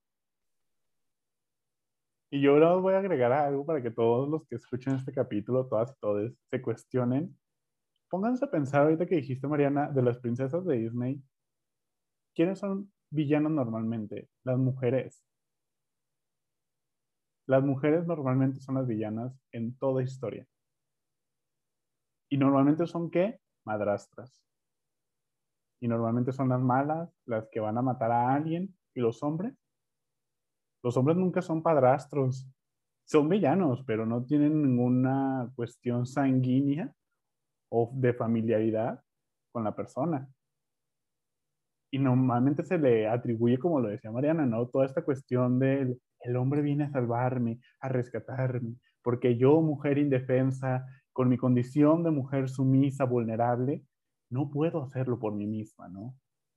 Y yo ahora os voy a agregar algo para que todos los que escuchen este capítulo, todas y todos, se cuestionen. Pónganse a pensar ahorita que dijiste, Mariana, de las princesas de Disney. ¿Quiénes son villanos normalmente? Las mujeres. Las mujeres normalmente son las villanas en toda historia. Y normalmente son, ¿qué? Madrastras. Y normalmente son las malas, las que van a matar a alguien. ¿Y los hombres? Los hombres nunca son padrastros. Son villanos, pero no tienen ninguna cuestión sanguínea o de familiaridad con la persona. Y normalmente se le atribuye, como lo decía Mariana, ¿no? Toda esta cuestión del el hombre viene a salvarme, a rescatarme, porque yo, mujer indefensa, con mi condición de mujer sumisa, vulnerable, no puedo hacerlo por mí misma, ¿no?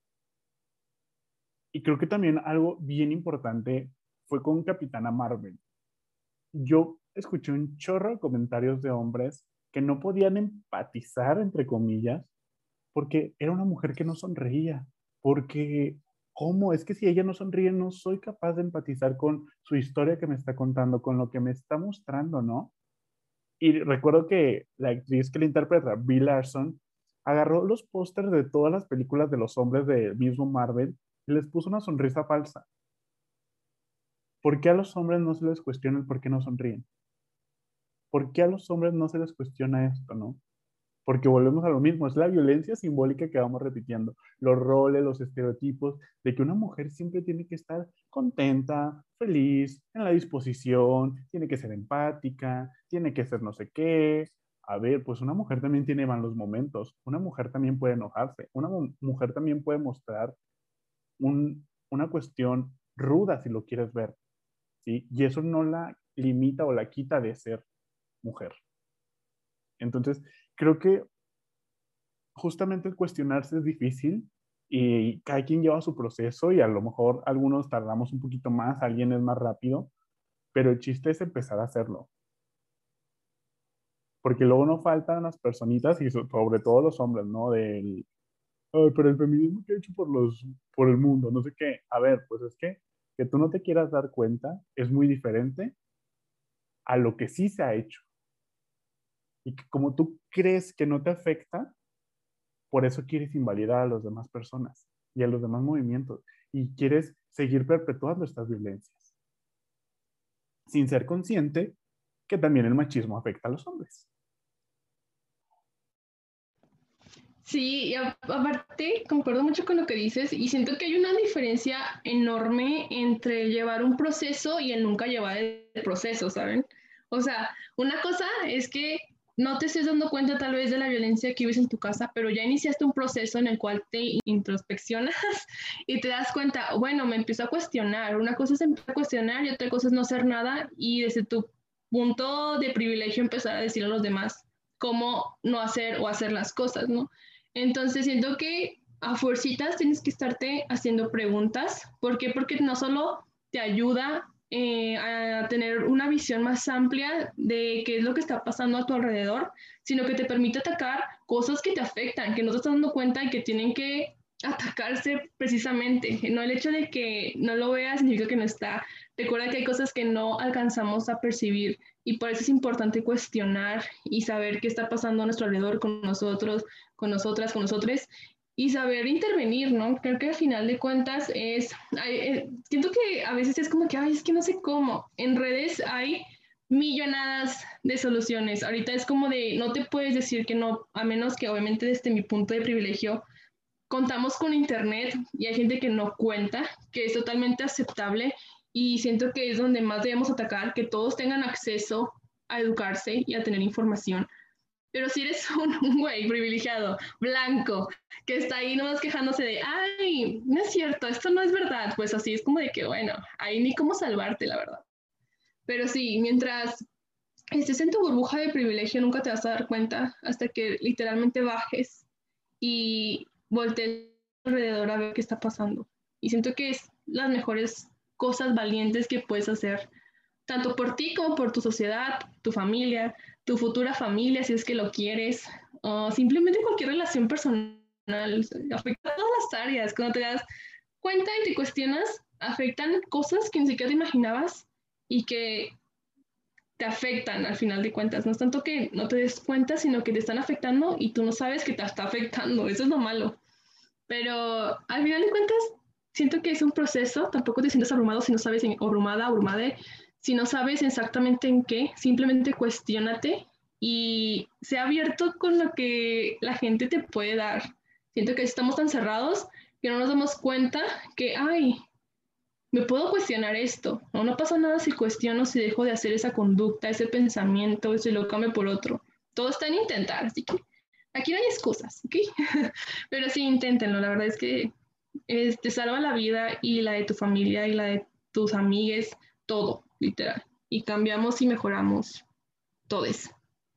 Y creo que también algo bien importante fue con Capitana Marvel. Yo escuché un chorro de comentarios de hombres que no podían empatizar, entre comillas, porque era una mujer que no sonreía. Porque, ¿cómo? Es que si ella no sonríe, no soy capaz de empatizar con su historia que me está contando, con lo que me está mostrando, ¿no? Y recuerdo que la actriz que la interpreta, Brie Larson, agarró los pósters de todas las películas de los hombres del mismo Marvel y les puso una sonrisa falsa. ¿Por qué a los hombres no se les cuestiona el por qué no sonríen? ¿Por qué a los hombres no se les cuestiona esto, no? Porque volvemos a lo mismo, es la violencia simbólica que vamos repitiendo, los roles, los estereotipos, de que una mujer siempre tiene que estar contenta, feliz, en la disposición, tiene que ser empática, tiene que ser no sé qué. A ver, pues una mujer también tiene malos momentos, una mujer también puede enojarse, una mujer también puede mostrar una cuestión ruda si lo quieres ver, ¿sí? Y eso no la limita o la quita de ser mujer. Entonces, creo que justamente el cuestionarse es difícil y cada quien lleva su proceso y a lo mejor algunos tardamos un poquito más, alguien es más rápido, pero el chiste es empezar a hacerlo. Porque luego no faltan las personitas y sobre todo los hombres, ¿no? Del, ay, pero el feminismo que ha hecho por el mundo, no sé qué. A ver, pues es que tú no te quieras dar cuenta es muy diferente a lo que sí se ha hecho. Y que como tú crees que no te afecta, por eso quieres invalidar a las demás personas y a los demás movimientos y quieres seguir perpetuando estas violencias sin ser consciente que también el machismo afecta a los hombres. Sí, y aparte concuerdo mucho con lo que dices y siento que hay una diferencia enorme entre llevar un proceso y el nunca llevar el proceso, ¿saben? O sea, una cosa es que no te estés dando cuenta tal vez de la violencia que vives en tu casa, pero ya iniciaste un proceso en el cual te introspeccionas y te das cuenta, bueno, me empiezo a cuestionar. Una cosa es empezar a cuestionar y otra cosa es no hacer nada y desde tu punto de privilegio empezar a decir a los demás cómo no hacer o hacer las cosas, ¿no? Entonces siento que a fuercitas tienes que estarte haciendo preguntas. ¿Por qué? Porque no solo te ayuda a tener una visión más amplia de qué es lo que está pasando a tu alrededor, sino que te permite atacar cosas que te afectan, que no te estás dando cuenta y que tienen que atacarse precisamente. No, el hecho de que no lo veas significa que no está. Recuerda que hay cosas que no alcanzamos a percibir y por eso es importante cuestionar y saber qué está pasando a nuestro alrededor con nosotros, con nosotras, con nosotres y saber intervenir, ¿no? Creo que al final de cuentas siento que a veces es como que, ay, es que no sé cómo. En redes hay millonadas de soluciones. Ahorita es como de, no te puedes decir que no, a menos que obviamente desde mi punto de privilegio contamos con internet y hay gente que no cuenta, que es totalmente aceptable y siento que es donde más debemos atacar, que todos tengan acceso a educarse y a tener información. Pero si eres un güey privilegiado, blanco, que está ahí nomás quejándose de, ay, no es cierto, esto no es verdad, pues así es como de que, bueno, ahí ni cómo salvarte, la verdad. Pero sí, mientras estés en tu burbuja de privilegio, nunca te vas a dar cuenta hasta que literalmente bajes y voltees alrededor a ver qué está pasando. Y siento que es las mejores cosas valientes que puedes hacer, tanto por ti como por tu sociedad, tu familia, tu futura familia, si es que lo quieres, o simplemente cualquier relación personal. Afecta a todas las áreas. Cuando te das cuenta y te cuestionas, afectan cosas que ni siquiera te imaginabas y que te afectan al final de cuentas. No es tanto que no te des cuenta, sino que te están afectando y tú no sabes que te está afectando. Eso es lo malo. Pero al final de cuentas, siento que es un proceso. Tampoco te sientas abrumado si no sabes, abrumada, abrumade, si no sabes exactamente en qué. Simplemente cuestiónate y sea abierto con lo que la gente te puede dar. Siento que estamos tan cerrados que no nos damos cuenta que, ay, me puedo cuestionar esto. No, no pasa nada si cuestiono, si dejo de hacer esa conducta, ese pensamiento, si lo cambio por otro. Todo está en intentar, así que aquí no hay excusas, ¿ok? Pero sí, inténtenlo. La verdad es que te salva la vida y la de tu familia y la de tus amigues, todo, literal. Y cambiamos y mejoramos todo eso.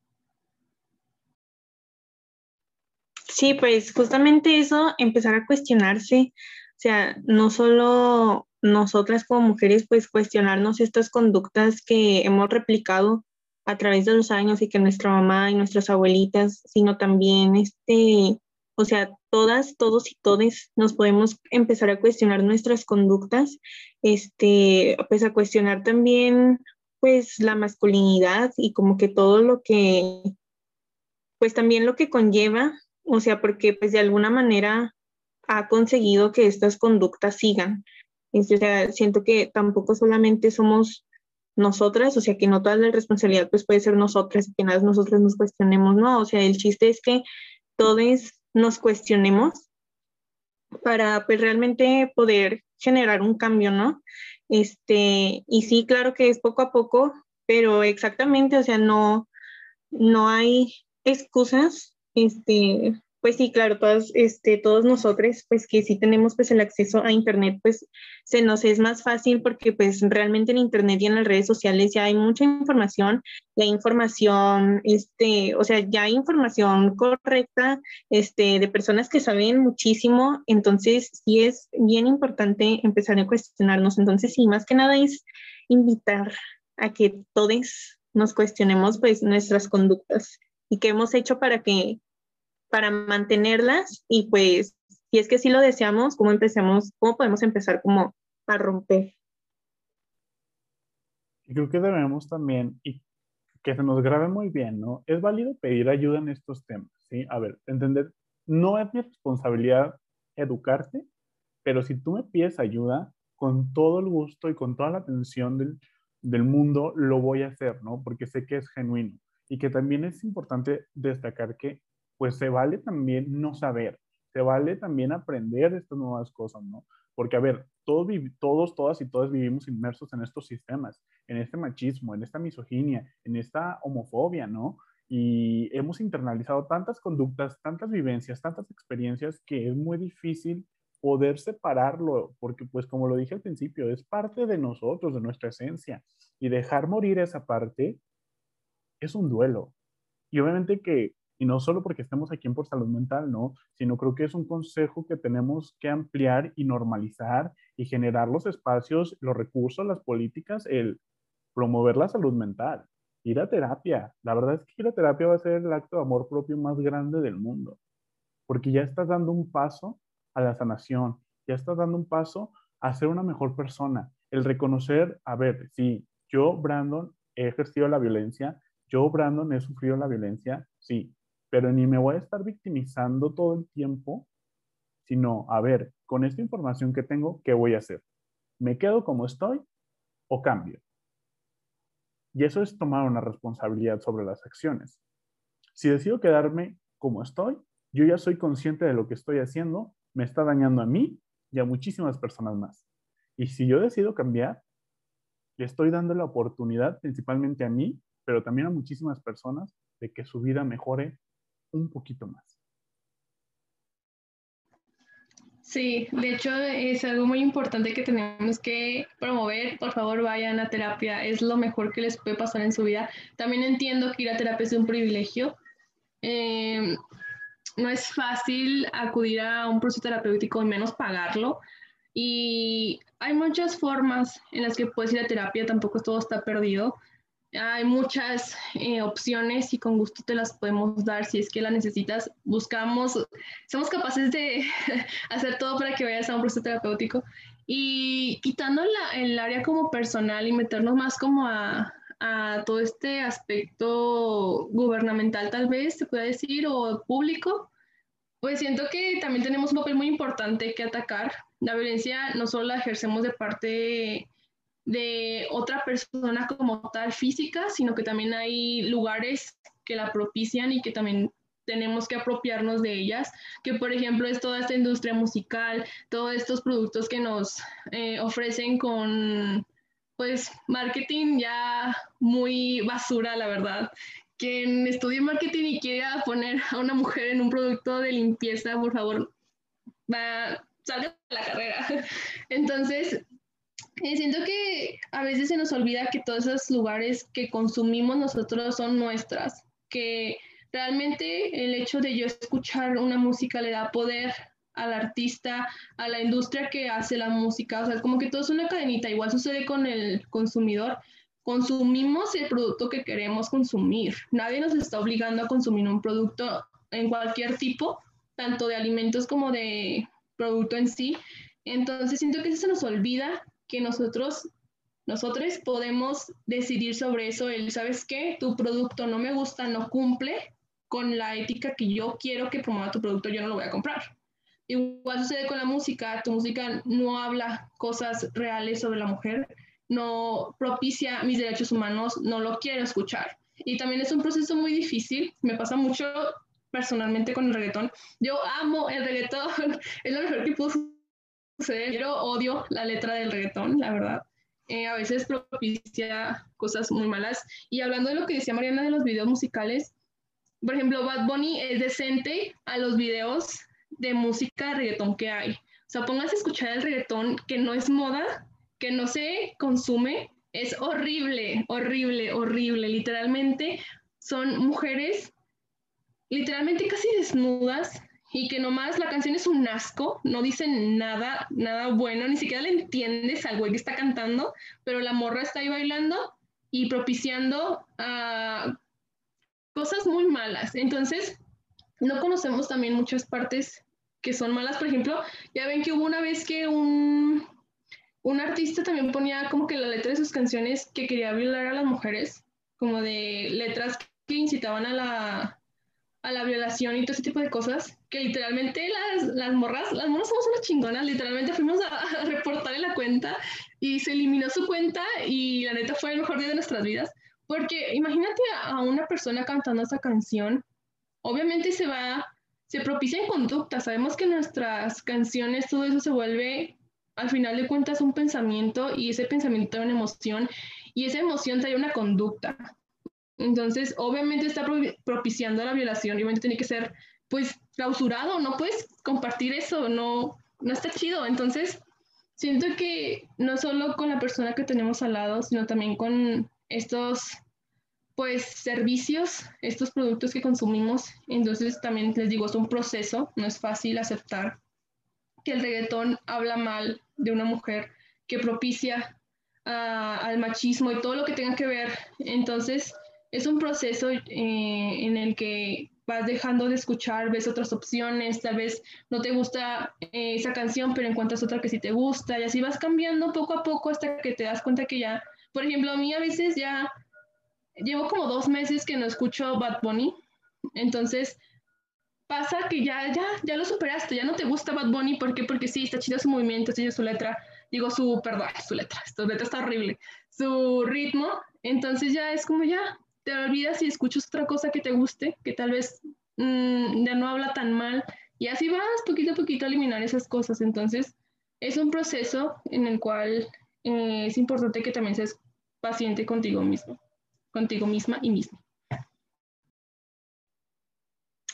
Sí, pues justamente eso, empezar a cuestionarse, o sea, no solo nosotras como mujeres, pues cuestionarnos estas conductas que hemos replicado a través de los años y que nuestra mamá y nuestras abuelitas, sino también o sea, todas, todos y todes nos podemos empezar a cuestionar nuestras conductas, pues a cuestionar también, pues la masculinidad y como que todo lo que, pues también lo que conlleva, o sea, porque pues de alguna manera ha conseguido que estas conductas sigan. O sea, siento que tampoco solamente somos nosotras, o sea, que no toda la responsabilidad pues puede ser nosotras y que nada nosotras nos cuestionemos, no, o sea, el chiste es que todos nos cuestionemos para pues realmente poder generar un cambio, ¿no? Y sí, claro que es poco a poco, pero exactamente, o sea, no hay excusas, pues sí, claro, todos nosotros, pues que sí tenemos pues el acceso a internet, pues se nos es más fácil porque pues realmente en internet y en las redes sociales ya hay mucha información, la información, o sea, ya hay información correcta, de personas que saben muchísimo, entonces sí es bien importante empezar a cuestionarnos, entonces sí, más que nada es invitar a que todos nos cuestionemos pues nuestras conductas y qué hemos hecho para mantenerlas y pues si es que sí lo deseamos, cómo podemos empezar como a romper. Y creo que debemos también, y que se nos grabe muy bien, ¿no? Es válido pedir ayuda en estos temas, ¿sí? A ver, entender, no es mi responsabilidad educarte, pero si tú me pides ayuda, con todo el gusto y con toda la atención del mundo, lo voy a hacer, ¿no? Porque sé que es genuino. Y que también es importante destacar que, pues, se vale también no saber, se vale también aprender estas nuevas cosas, ¿no? Porque, a ver, todos, todas y todas vivimos inmersos en estos sistemas, en este machismo, en esta misoginia, en esta homofobia, ¿no? Y hemos internalizado tantas conductas, tantas vivencias, tantas experiencias que es muy difícil poder separarlo, porque pues como lo dije al principio, es parte de nosotros, de nuestra esencia, y dejar morir esa parte es un duelo. Y obviamente que, y no solo porque estemos aquí en Por Salud Mental, no, sino creo que es un consejo que tenemos que ampliar y normalizar y generar los espacios, los recursos, las políticas, el promover la salud mental, ir a terapia. La verdad es que ir a terapia va a ser el acto de amor propio más grande del mundo, porque ya estás dando un paso a la sanación, ya estás dando un paso a ser una mejor persona. El reconocer, a ver, sí, yo, Brandon, he ejercido la violencia, yo, Brandon, he sufrido la violencia, sí, pero ni me voy a estar victimizando todo el tiempo, sino, a ver, con esta información que tengo, ¿qué voy a hacer? ¿Me quedo como estoy o cambio? Y eso es tomar una responsabilidad sobre las acciones. Si decido quedarme como estoy, yo ya soy consciente de lo que estoy haciendo, me está dañando a mí y a muchísimas personas más. Y si yo decido cambiar, le estoy dando la oportunidad principalmente a mí, pero también a muchísimas personas de que su vida mejore un poquito más. Sí, de hecho es algo muy importante que tenemos que promover. Por favor, vayan a terapia, es lo mejor que les puede pasar en su vida. También entiendo que ir a terapia es un privilegio. No es fácil acudir a un proceso terapéutico y menos pagarlo. Y hay muchas formas en las que puedes ir a terapia, tampoco todo está perdido. Hay muchas opciones y con gusto te las podemos dar si es que las necesitas. Somos capaces de hacer todo para que vayas a un proceso terapéutico y quitando el área como personal y meternos más como a todo este aspecto gubernamental tal vez se puede decir o público, pues siento que también tenemos un papel muy importante que atacar. La violencia no solo la ejercemos de parte de otra persona como tal física, sino que también hay lugares que la propician y que también tenemos que apropiarnos de ellas, que por ejemplo es toda esta industria musical, todos estos productos que nos ofrecen con pues marketing ya muy basura, la verdad. Quien estudie marketing y quiera poner a una mujer en un producto de limpieza, por favor, salga de la carrera. Entonces, siento que a veces se nos olvida que todos esos lugares que consumimos nosotros son nuestras, que realmente el hecho de yo escuchar una música le da poder al artista, a la industria que hace la música, o sea, como que todo es una cadenita, igual sucede con el consumidor. Consumimos el producto que queremos consumir. Nadie nos está obligando a consumir un producto en cualquier tipo, tanto de alimentos como de producto en sí. Entonces siento que eso se nos olvida que nosotros podemos decidir sobre eso, ¿sabes qué? Tu producto no me gusta, no cumple con la ética que yo quiero que promueva tu producto, yo no lo voy a comprar. Igual sucede con la música, tu música no habla cosas reales sobre la mujer, no propicia mis derechos humanos, no lo quiero escuchar. Y también es un proceso muy difícil, me pasa mucho personalmente con el reggaetón. Yo amo el reggaetón, es lo mejor que puedo suceder. Yo odio la letra del reggaetón, la verdad. A veces propicia cosas muy malas. Y hablando de lo que decía Mariana de los videos musicales, por ejemplo, Bad Bunny es decente a los videos de música de reggaetón que hay. O sea, pónganse a escuchar el reggaetón que no es moda, que no se consume, es horrible, horrible, horrible. Literalmente son mujeres, literalmente casi desnudas, y que nomás la canción es un asco, no dicen nada, nada bueno, ni siquiera le entiendes al güey que está cantando, pero la morra está ahí bailando y propiciando cosas muy malas. Entonces, no conocemos también muchas partes que son malas. Por ejemplo, ya ven que hubo una vez que un artista también ponía como que la letra de sus canciones que quería violar a las mujeres, como de letras que incitaban a la violación y todo ese tipo de cosas, que literalmente las morras somos unas chingonas, literalmente fuimos a reportarle la cuenta y se eliminó su cuenta y la neta fue el mejor día de nuestras vidas, porque imagínate a una persona cantando esa canción, obviamente se propicia en conducta, sabemos que nuestras canciones, todo eso se vuelve, al final de cuentas, un pensamiento y ese pensamiento trae una emoción y esa emoción trae una conducta. Entonces, obviamente está propiciando la violación y obviamente tiene que ser, pues, clausurado, no puedes compartir eso, no está chido. Entonces, siento que no solo con la persona que tenemos al lado, sino también con estos, pues, servicios, estos productos que consumimos. Entonces, también les digo, es un proceso, no es fácil aceptar que el reggaetón habla mal de una mujer, que propicia al machismo y todo lo que tenga que ver. Entonces, es un proceso en el que vas dejando de escuchar, ves otras opciones, tal vez no te gusta esa canción, pero encuentras otra que sí te gusta, y así vas cambiando poco a poco hasta que te das cuenta que ya, por ejemplo, a mí a veces ya llevo como 2 meses que no escucho Bad Bunny, entonces pasa que ya lo superaste, ya no te gusta Bad Bunny, ¿por qué? Porque sí, está chido su movimiento, está chido su letra, su letra está horrible, su ritmo, entonces ya es como ya, te olvidas y escuchas otra cosa que te guste, que tal vez ya no habla tan mal, y así vas poquito a poquito a eliminar esas cosas. Entonces, es un proceso en el cual es importante que también seas paciente contigo mismo, contigo misma y mismo.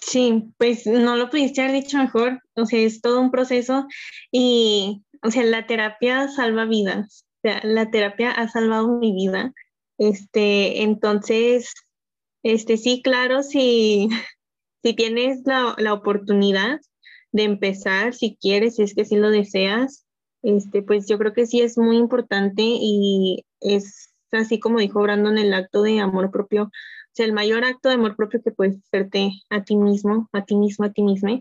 Sí, pues no lo pudiste haber dicho mejor, o sea, es todo un proceso y, o sea, la terapia salva vidas, o sea, la terapia ha salvado mi vida, entonces, sí, claro, si tienes la oportunidad de empezar, si quieres, si es que sí lo deseas, pues yo creo que sí es muy importante y es así como dijo Brandon, el acto de amor propio, o sea, el mayor acto de amor propio que puedes hacerte a ti mismo, a ti mismo, a ti misma.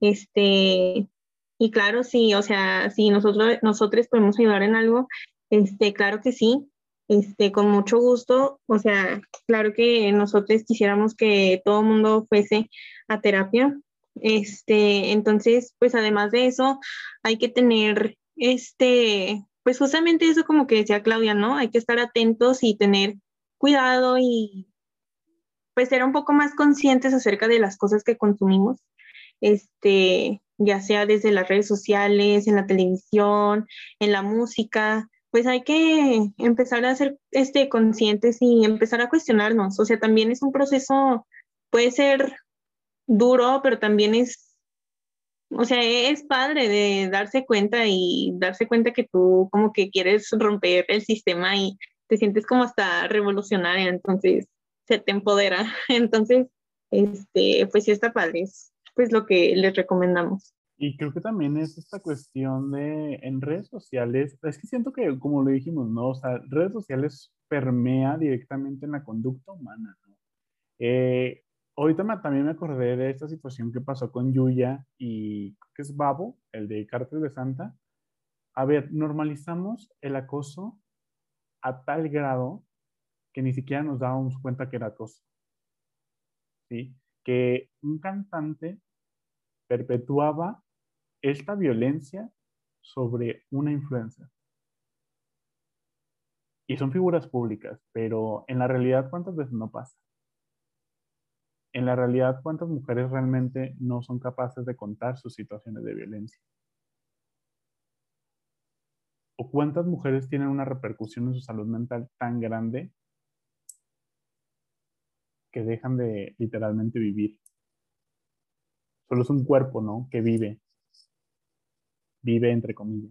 Y claro, sí, o sea, si nosotros podemos ayudar en algo, claro que sí, con mucho gusto, o sea, claro que nosotros quisiéramos que todo el mundo fuese a terapia. Entonces, pues además de eso, hay que tener, pues justamente eso como que decía Claudia, ¿no? Hay que estar atentos y tener cuidado y pues ser un poco más conscientes acerca de las cosas que consumimos, ya sea desde las redes sociales, en la televisión, en la música, pues hay que empezar a ser conscientes y empezar a cuestionarnos. O sea, también es un proceso, puede ser duro, pero también o sea, es padre de darse cuenta y darse cuenta que tú como que quieres romper el sistema y te sientes como hasta revolucionaria, entonces se te empodera. Entonces, pues sí está padre, es pues lo que les recomendamos. Y creo que también es esta cuestión de en redes sociales, es que siento que, como le dijimos, ¿no? O sea, redes sociales permea directamente en la conducta humana, ¿no? Eh, ahorita también me acordé de esta situación que pasó con Yuya y creo que es Babo, el de Cártel de Santa. A ver, normalizamos el acoso a tal grado que ni siquiera nos dábamos cuenta que era acoso, ¿sí? Que un cantante perpetuaba esta violencia sobre una influencer. Y son figuras públicas, pero en la realidad, ¿cuántas veces no pasa? En la realidad, ¿cuántas mujeres realmente no son capaces de contar sus situaciones de violencia? ¿O cuántas mujeres tienen una repercusión en su salud mental tan grande que dejan de literalmente vivir? Solo es un cuerpo, ¿no? Que vive entre comillas.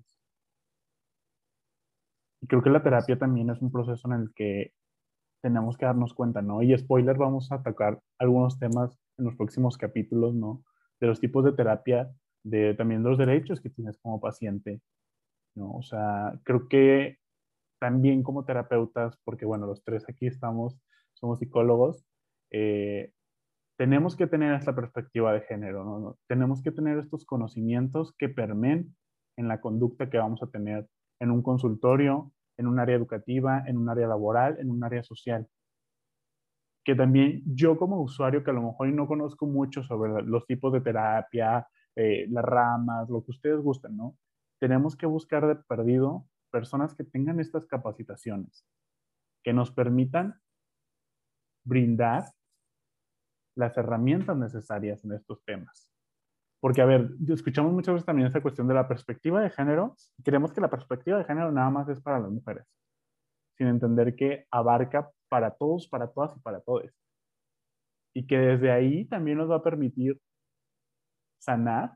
Y creo que la terapia también es un proceso en el que tenemos que darnos cuenta, ¿no? Y spoiler, vamos a tocar algunos temas en los próximos capítulos, ¿no? De los tipos de terapia, también de los derechos que tienes como paciente, ¿no? O sea, creo que también como terapeutas, porque bueno, los tres aquí somos psicólogos, eh, tenemos que tener esta perspectiva de género, ¿no? Tenemos que tener estos conocimientos que permeen en la conducta que vamos a tener en un consultorio, en un área educativa, en un área laboral, en un área social. Que también yo como usuario, que a lo mejor no conozco mucho sobre los tipos de terapia, las ramas, lo que ustedes gusten, ¿no? Tenemos que buscar de perdido personas que tengan estas capacitaciones, que nos permitan brindar las herramientas necesarias en estos temas. Porque, a ver, escuchamos muchas veces también esta cuestión de la perspectiva de género. Creemos que la perspectiva de género nada más es para las mujeres, sin entender que abarca para todos, para todas y para todos. Y que desde ahí también nos va a permitir sanar,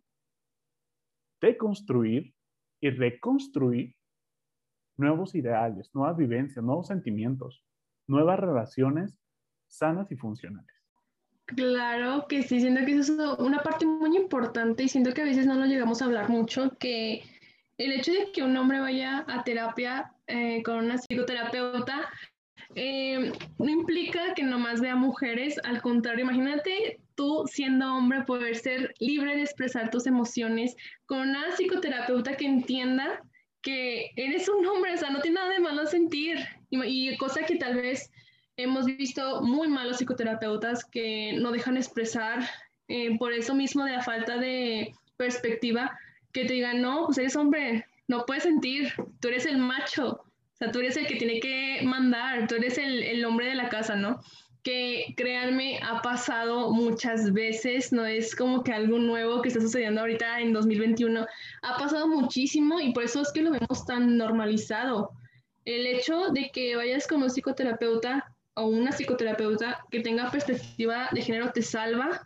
deconstruir y reconstruir nuevos ideales, nuevas vivencias, nuevos sentimientos, nuevas relaciones sanas y funcionales. Claro que sí, siento que eso es una parte muy importante y siento que a veces no lo llegamos a hablar mucho, que el hecho de que un hombre vaya a terapia con una psicoterapeuta no implica que nomás vea mujeres, al contrario, imagínate tú siendo hombre poder ser libre de expresar tus emociones con una psicoterapeuta que entienda que eres un hombre, o sea, no tiene nada de malo sentir y cosa que tal vez hemos visto muy malos psicoterapeutas que no dejan expresar por eso mismo de la falta de perspectiva, que te digan, no, pues eres hombre, no puedes sentir, tú eres el macho, o sea, tú eres el que tiene que mandar, tú eres el hombre de la casa, ¿no? Que créanme, ha pasado muchas veces, no es como que algo nuevo que está sucediendo ahorita en 2021, ha pasado muchísimo y por eso es que lo vemos tan normalizado. El hecho de que vayas con un psicoterapeuta o una psicoterapeuta que tenga perspectiva de género te salva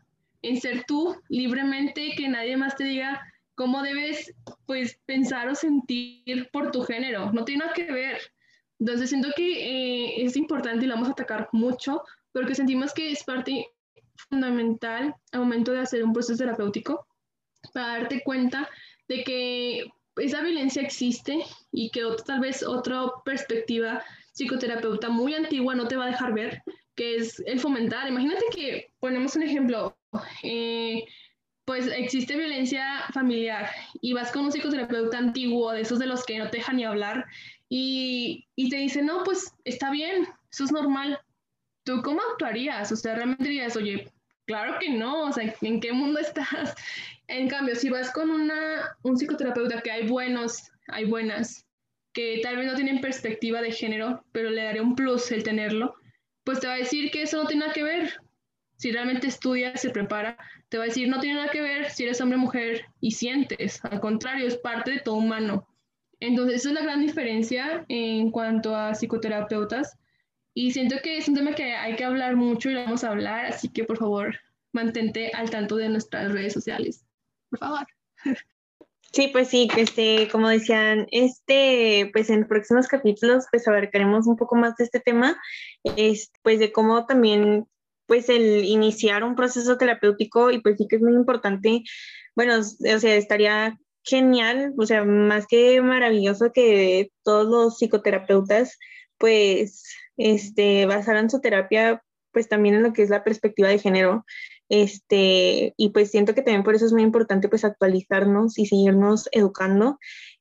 en ser tú libremente, que nadie más te diga cómo debes, pues, pensar o sentir por tu género. No tiene nada que ver. Entonces siento que es importante y lo vamos a atacar mucho porque sentimos que es parte fundamental al momento de hacer un proceso terapéutico para darte cuenta de que esa violencia existe y que tal vez otra perspectiva psicoterapeuta muy antigua no te va a dejar ver, que es el fomentar. Imagínate que, ponemos un ejemplo, pues existe violencia familiar y vas con un psicoterapeuta antiguo, de esos de los que no te dejan ni hablar, y te dice, no, pues está bien, eso es normal. ¿Tú cómo actuarías? O sea, realmente dirías, oye, claro que no, o sea, ¿en qué mundo estás? En cambio, si vas con un psicoterapeuta, que hay buenos, hay buenas, que tal vez no tienen perspectiva de género, pero le daría un plus el tenerlo, pues te va a decir que eso no tiene nada que ver. Si realmente estudia, se prepara, te va a decir, no tiene nada que ver si eres hombre o mujer y sientes, al contrario, es parte de todo humano. Entonces, esa es la gran diferencia en cuanto a psicoterapeutas. Y siento que es un tema que hay que hablar mucho y lo vamos a hablar, así que por favor, mantente al tanto de nuestras redes sociales. Por favor. Sí, pues sí, como decían, pues en próximos capítulos, pues abarcaremos un poco más de este tema, pues de cómo también, pues el iniciar un proceso terapéutico, y pues sí que es muy importante, bueno, o sea, estaría genial, o sea, más que maravilloso que todos los psicoterapeutas, pues, basaran su terapia, pues también en lo que es la perspectiva de género. Y pues siento que también por eso es muy importante pues actualizarnos y seguirnos educando,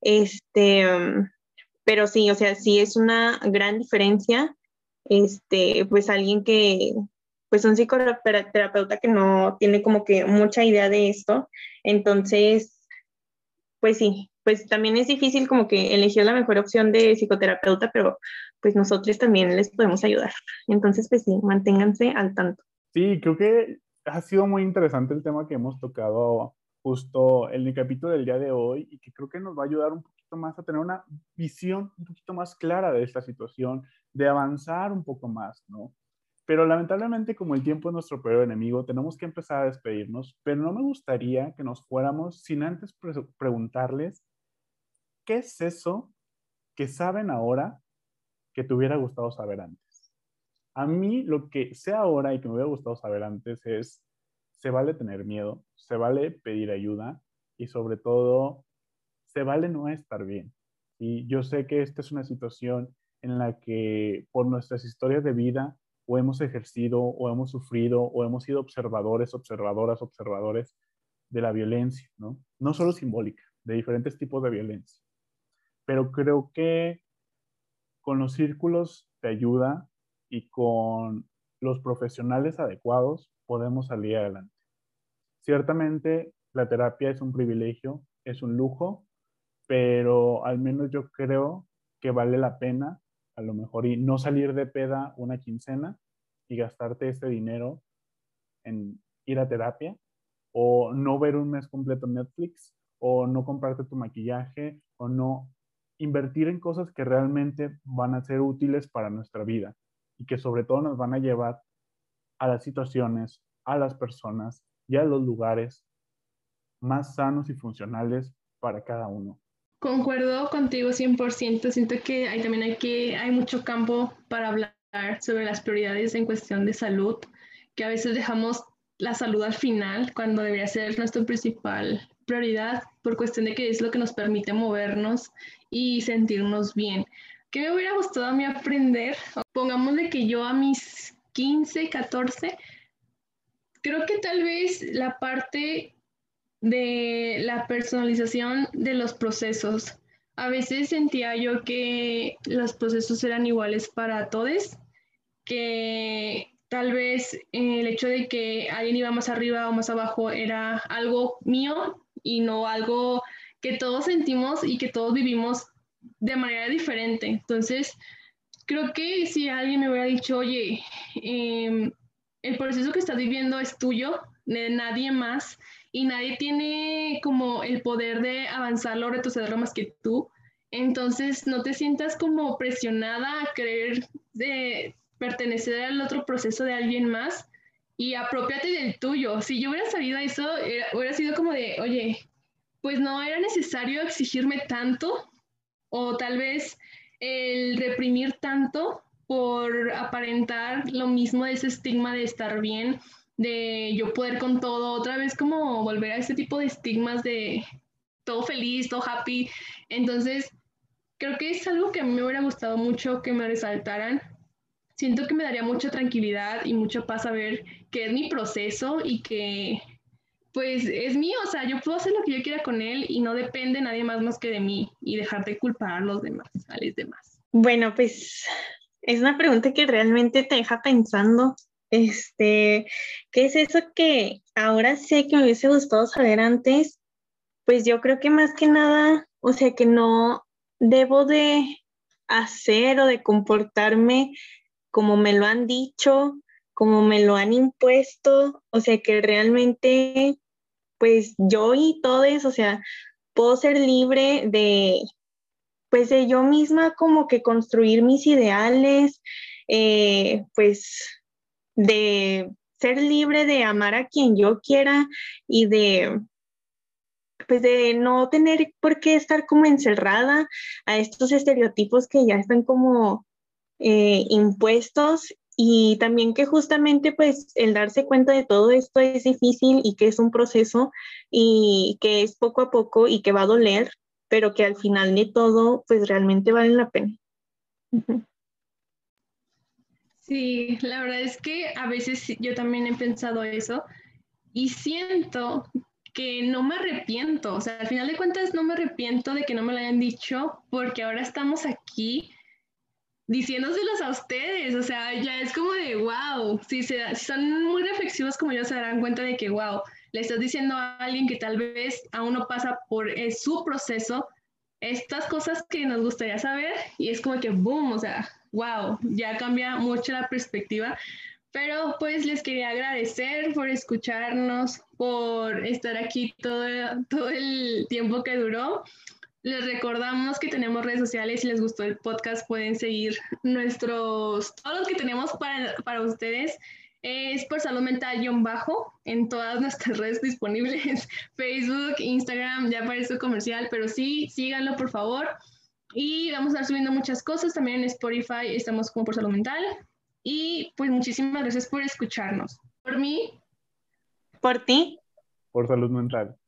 pero sí, o sea, sí es una gran diferencia, pues alguien que, pues un psicoterapeuta que no tiene como que mucha idea de esto, entonces, pues sí, pues también es difícil como que elegir la mejor opción de psicoterapeuta, pero pues nosotros también les podemos ayudar, entonces pues sí, manténganse al tanto. Sí, creo que ha sido muy interesante el tema que hemos tocado justo en el capítulo del día de hoy y que creo que nos va a ayudar un poquito más a tener una visión un poquito más clara de esta situación, de avanzar un poco más, ¿no? Pero lamentablemente, como el tiempo es nuestro peor enemigo, tenemos que empezar a despedirnos, pero no me gustaría que nos fuéramos sin antes preguntarles qué es eso que saben ahora que te hubiera gustado saber antes. A mí lo que sé ahora y que me hubiera gustado saber antes es, se vale tener miedo, se vale pedir ayuda y sobre todo, se vale no estar bien. Y yo sé que esta es una situación en la que por nuestras historias de vida o hemos ejercido o hemos sufrido o hemos sido observadores, observadoras, observadores de la violencia, ¿no? No solo simbólica, de diferentes tipos de violencia. Pero creo que con los círculos de ayuda y con los profesionales adecuados podemos salir adelante. Ciertamente la terapia es un privilegio, es un lujo, pero al menos yo creo que vale la pena a lo mejor y no salir de peda una quincena y gastarte ese dinero en ir a terapia o no ver un mes completo en Netflix o no comprarte tu maquillaje o no invertir en cosas que realmente van a ser útiles para nuestra vida y que sobre todo nos van a llevar a las situaciones, a las personas y a los lugares más sanos y funcionales para cada uno. Concuerdo contigo 100%. Siento que hay mucho campo para hablar sobre las prioridades en cuestión de salud, que a veces dejamos la salud al final cuando debería ser nuestra principal prioridad por cuestión de que es lo que nos permite movernos y sentirnos bien. ¿Qué me hubiera gustado a mí aprender? Pongámosle que yo a mis 15, 14, creo que tal vez la parte de la personalización de los procesos. A veces sentía yo que los procesos eran iguales para todos, que tal vez el hecho de que alguien iba más arriba o más abajo era algo mío y no algo que todos sentimos y que todos vivimos de manera diferente. Entonces, creo que si alguien me hubiera dicho, oye, el proceso que estás viviendo es tuyo, de nadie más, y nadie tiene como el poder de avanzarlo o retrocederlo más que tú, entonces no te sientas como presionada a querer de pertenecer al otro proceso de alguien más y apropiate del tuyo. Si yo hubiera sabido eso, hubiera sido como de, oye, pues no era necesario exigirme tanto o tal vez el reprimir tanto por aparentar lo mismo de ese estigma de estar bien, de yo poder con todo, otra vez como volver a ese tipo de estigmas de todo feliz, todo happy. Entonces, creo que es algo que a mí me hubiera gustado mucho que me resaltaran. Siento que me daría mucha tranquilidad y mucha paz saber que es mi proceso y que pues es mío, o sea, yo puedo hacer lo que yo quiera con él y no depende nadie más que de mí y dejar de culpar a los demás, a los demás. Bueno, pues es una pregunta que realmente te deja pensando. ¿Qué es eso que ahora sé que me hubiese gustado saber antes? Pues yo creo que más que nada, o sea, que no debo de hacer o de comportarme como me lo han dicho, como me lo han impuesto, o sea, que realmente, pues yo y todos, o sea, puedo ser libre de, pues de yo misma como que construir mis ideales, pues de ser libre de amar a quien yo quiera y de pues de no tener por qué estar como encerrada a estos estereotipos que ya están como impuestos, y también que justamente pues el darse cuenta de todo esto es difícil y que es un proceso y que es poco a poco y que va a doler, pero que al final de todo pues realmente vale la pena. Sí, la verdad es que a veces yo también he pensado eso y siento que no me arrepiento, o sea, al final de cuentas no me arrepiento de que no me lo hayan dicho porque ahora estamos aquí diciéndoselos a ustedes, o sea, ya es como de wow, si son muy reflexivos como yo se darán cuenta de que wow, le estás diciendo a alguien que tal vez aún no pasa por su proceso, estas cosas que nos gustaría saber y es como que boom, o sea, wow, ya cambia mucho la perspectiva. Pero pues les quería agradecer por escucharnos, por estar aquí todo el tiempo que duró. Les recordamos que tenemos redes sociales. Si les gustó el podcast, pueden seguir todos los que tenemos para ustedes. Es por salud mental-bajo en todas nuestras redes disponibles, Facebook, Instagram, ya aparece comercial, pero sí, síganlo por favor. Y vamos a estar subiendo muchas cosas, también en Spotify estamos como por salud mental. Y pues muchísimas gracias por escucharnos. Por mí. Por ti. Por salud mental.